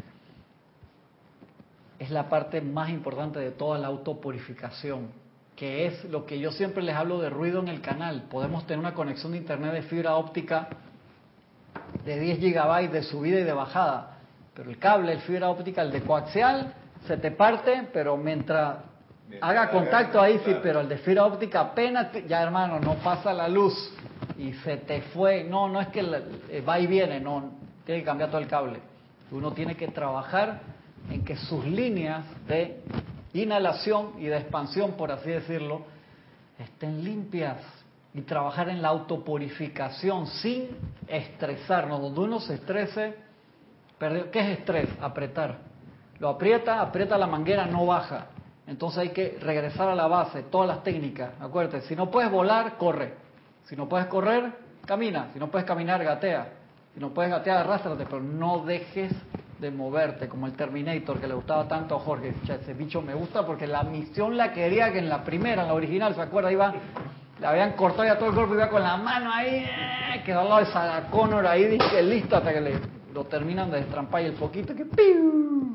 Es la parte más importante de toda la autopurificación, que es lo que yo siempre les hablo de ruido en el canal. Podemos tener una conexión de internet de fibra óptica de 10 gigabytes de subida y de bajada, pero el cable, el fibra óptica, el de coaxial, se te parte, pero mientras haga contacto ahí, sí, pero el de fibra óptica apenas, ya hermano, no pasa la luz y se te fue. No es que va y viene, no, tiene que cambiar todo el cable. Uno tiene que trabajar en que sus líneas de inhalación y de expansión, por así decirlo, estén limpias, y trabajar en la autopurificación sin estresarnos. Donde uno se estrese, ¿qué es estrés? Apretar. Lo aprieta la manguera, no baja. Entonces hay que regresar a la base, todas las técnicas. Acuérdate, si no puedes volar, corre. Si no puedes correr, camina. Si no puedes caminar, gatea. Si no puedes gatear, arrástrate, pero no dejes de moverte, como el Terminator que le gustaba tanto a Jorge. Ese bicho me gusta porque la misión la quería que en la primera, en la original, ¿se acuerda? Iba, le habían cortado ya todo el cuerpo, iba con la mano ahí, quedó al lado de Sarah Connor ahí, dije, listo, hasta que lo terminan de destrampar y el poquito que ¡piu!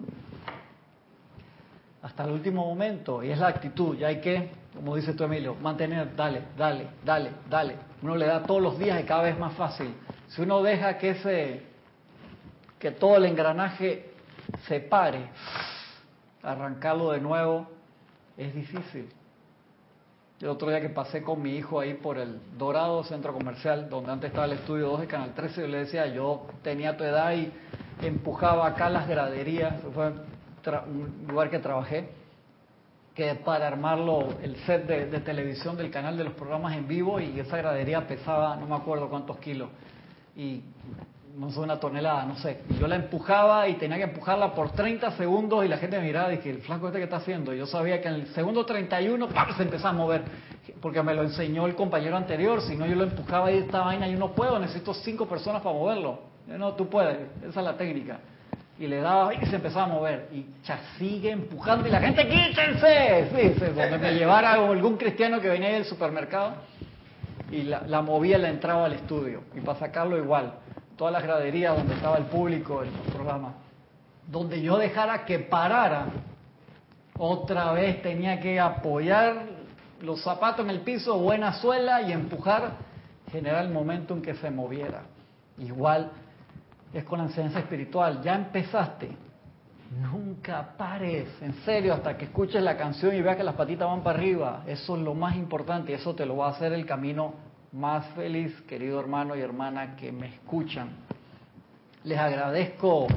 Hasta el último momento, y es la actitud, ya hay que, como dice tú, Emilio, mantener, dale. Uno le da todos los días y cada vez más fácil. Si uno deja que todo el engranaje se pare, arrancarlo de nuevo es difícil. El otro día que pasé con mi hijo ahí por el Dorado Centro Comercial, donde antes estaba el Estudio 2 de Canal 13, yo le decía, yo tenía tu edad y empujaba acá las graderías. Fue un lugar que trabajé, que para armarlo, el set de televisión del canal de los programas en vivo, y esa gradería pesaba no me acuerdo cuántos kilos. Y no sé, una tonelada, no sé. Yo la empujaba y tenía que empujarla por 30 segundos y la gente me miraba y dije, el flaco este que está haciendo. Y yo sabía que en el segundo 31 ¡pam!, se empezaba a mover, porque me lo enseñó el compañero anterior. Si no, yo lo empujaba y esta vaina, yo no puedo, necesito 5 personas para moverlo. Yo, no, tú puedes, esa es la técnica. Y le daba y se empezaba a mover. Y ya sigue empujando y la gente, ¡quítense! Sí, donde me llevara algún cristiano que venía del supermercado y la movía, la entraba al estudio. Y para sacarlo igual, todas las graderías donde estaba el público, el programa, donde yo dejara que parara, otra vez tenía que apoyar los zapatos en el piso, buena suela, y empujar, generar el momento en que se moviera. Igual es con la enseñanza espiritual. Ya empezaste, nunca pares, en serio, hasta que escuches la canción y veas que las patitas van para arriba. Eso es lo más importante y eso te lo va a hacer el camino más feliz, querido hermano y hermana que me escuchan. Les agradezco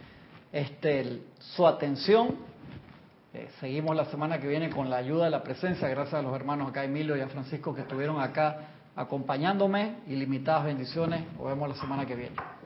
su atención. Seguimos la semana que viene con la ayuda de la presencia, gracias a los hermanos acá, Emilio y a Francisco, que estuvieron acá acompañándome. Ilimitadas bendiciones. Nos vemos la semana que viene.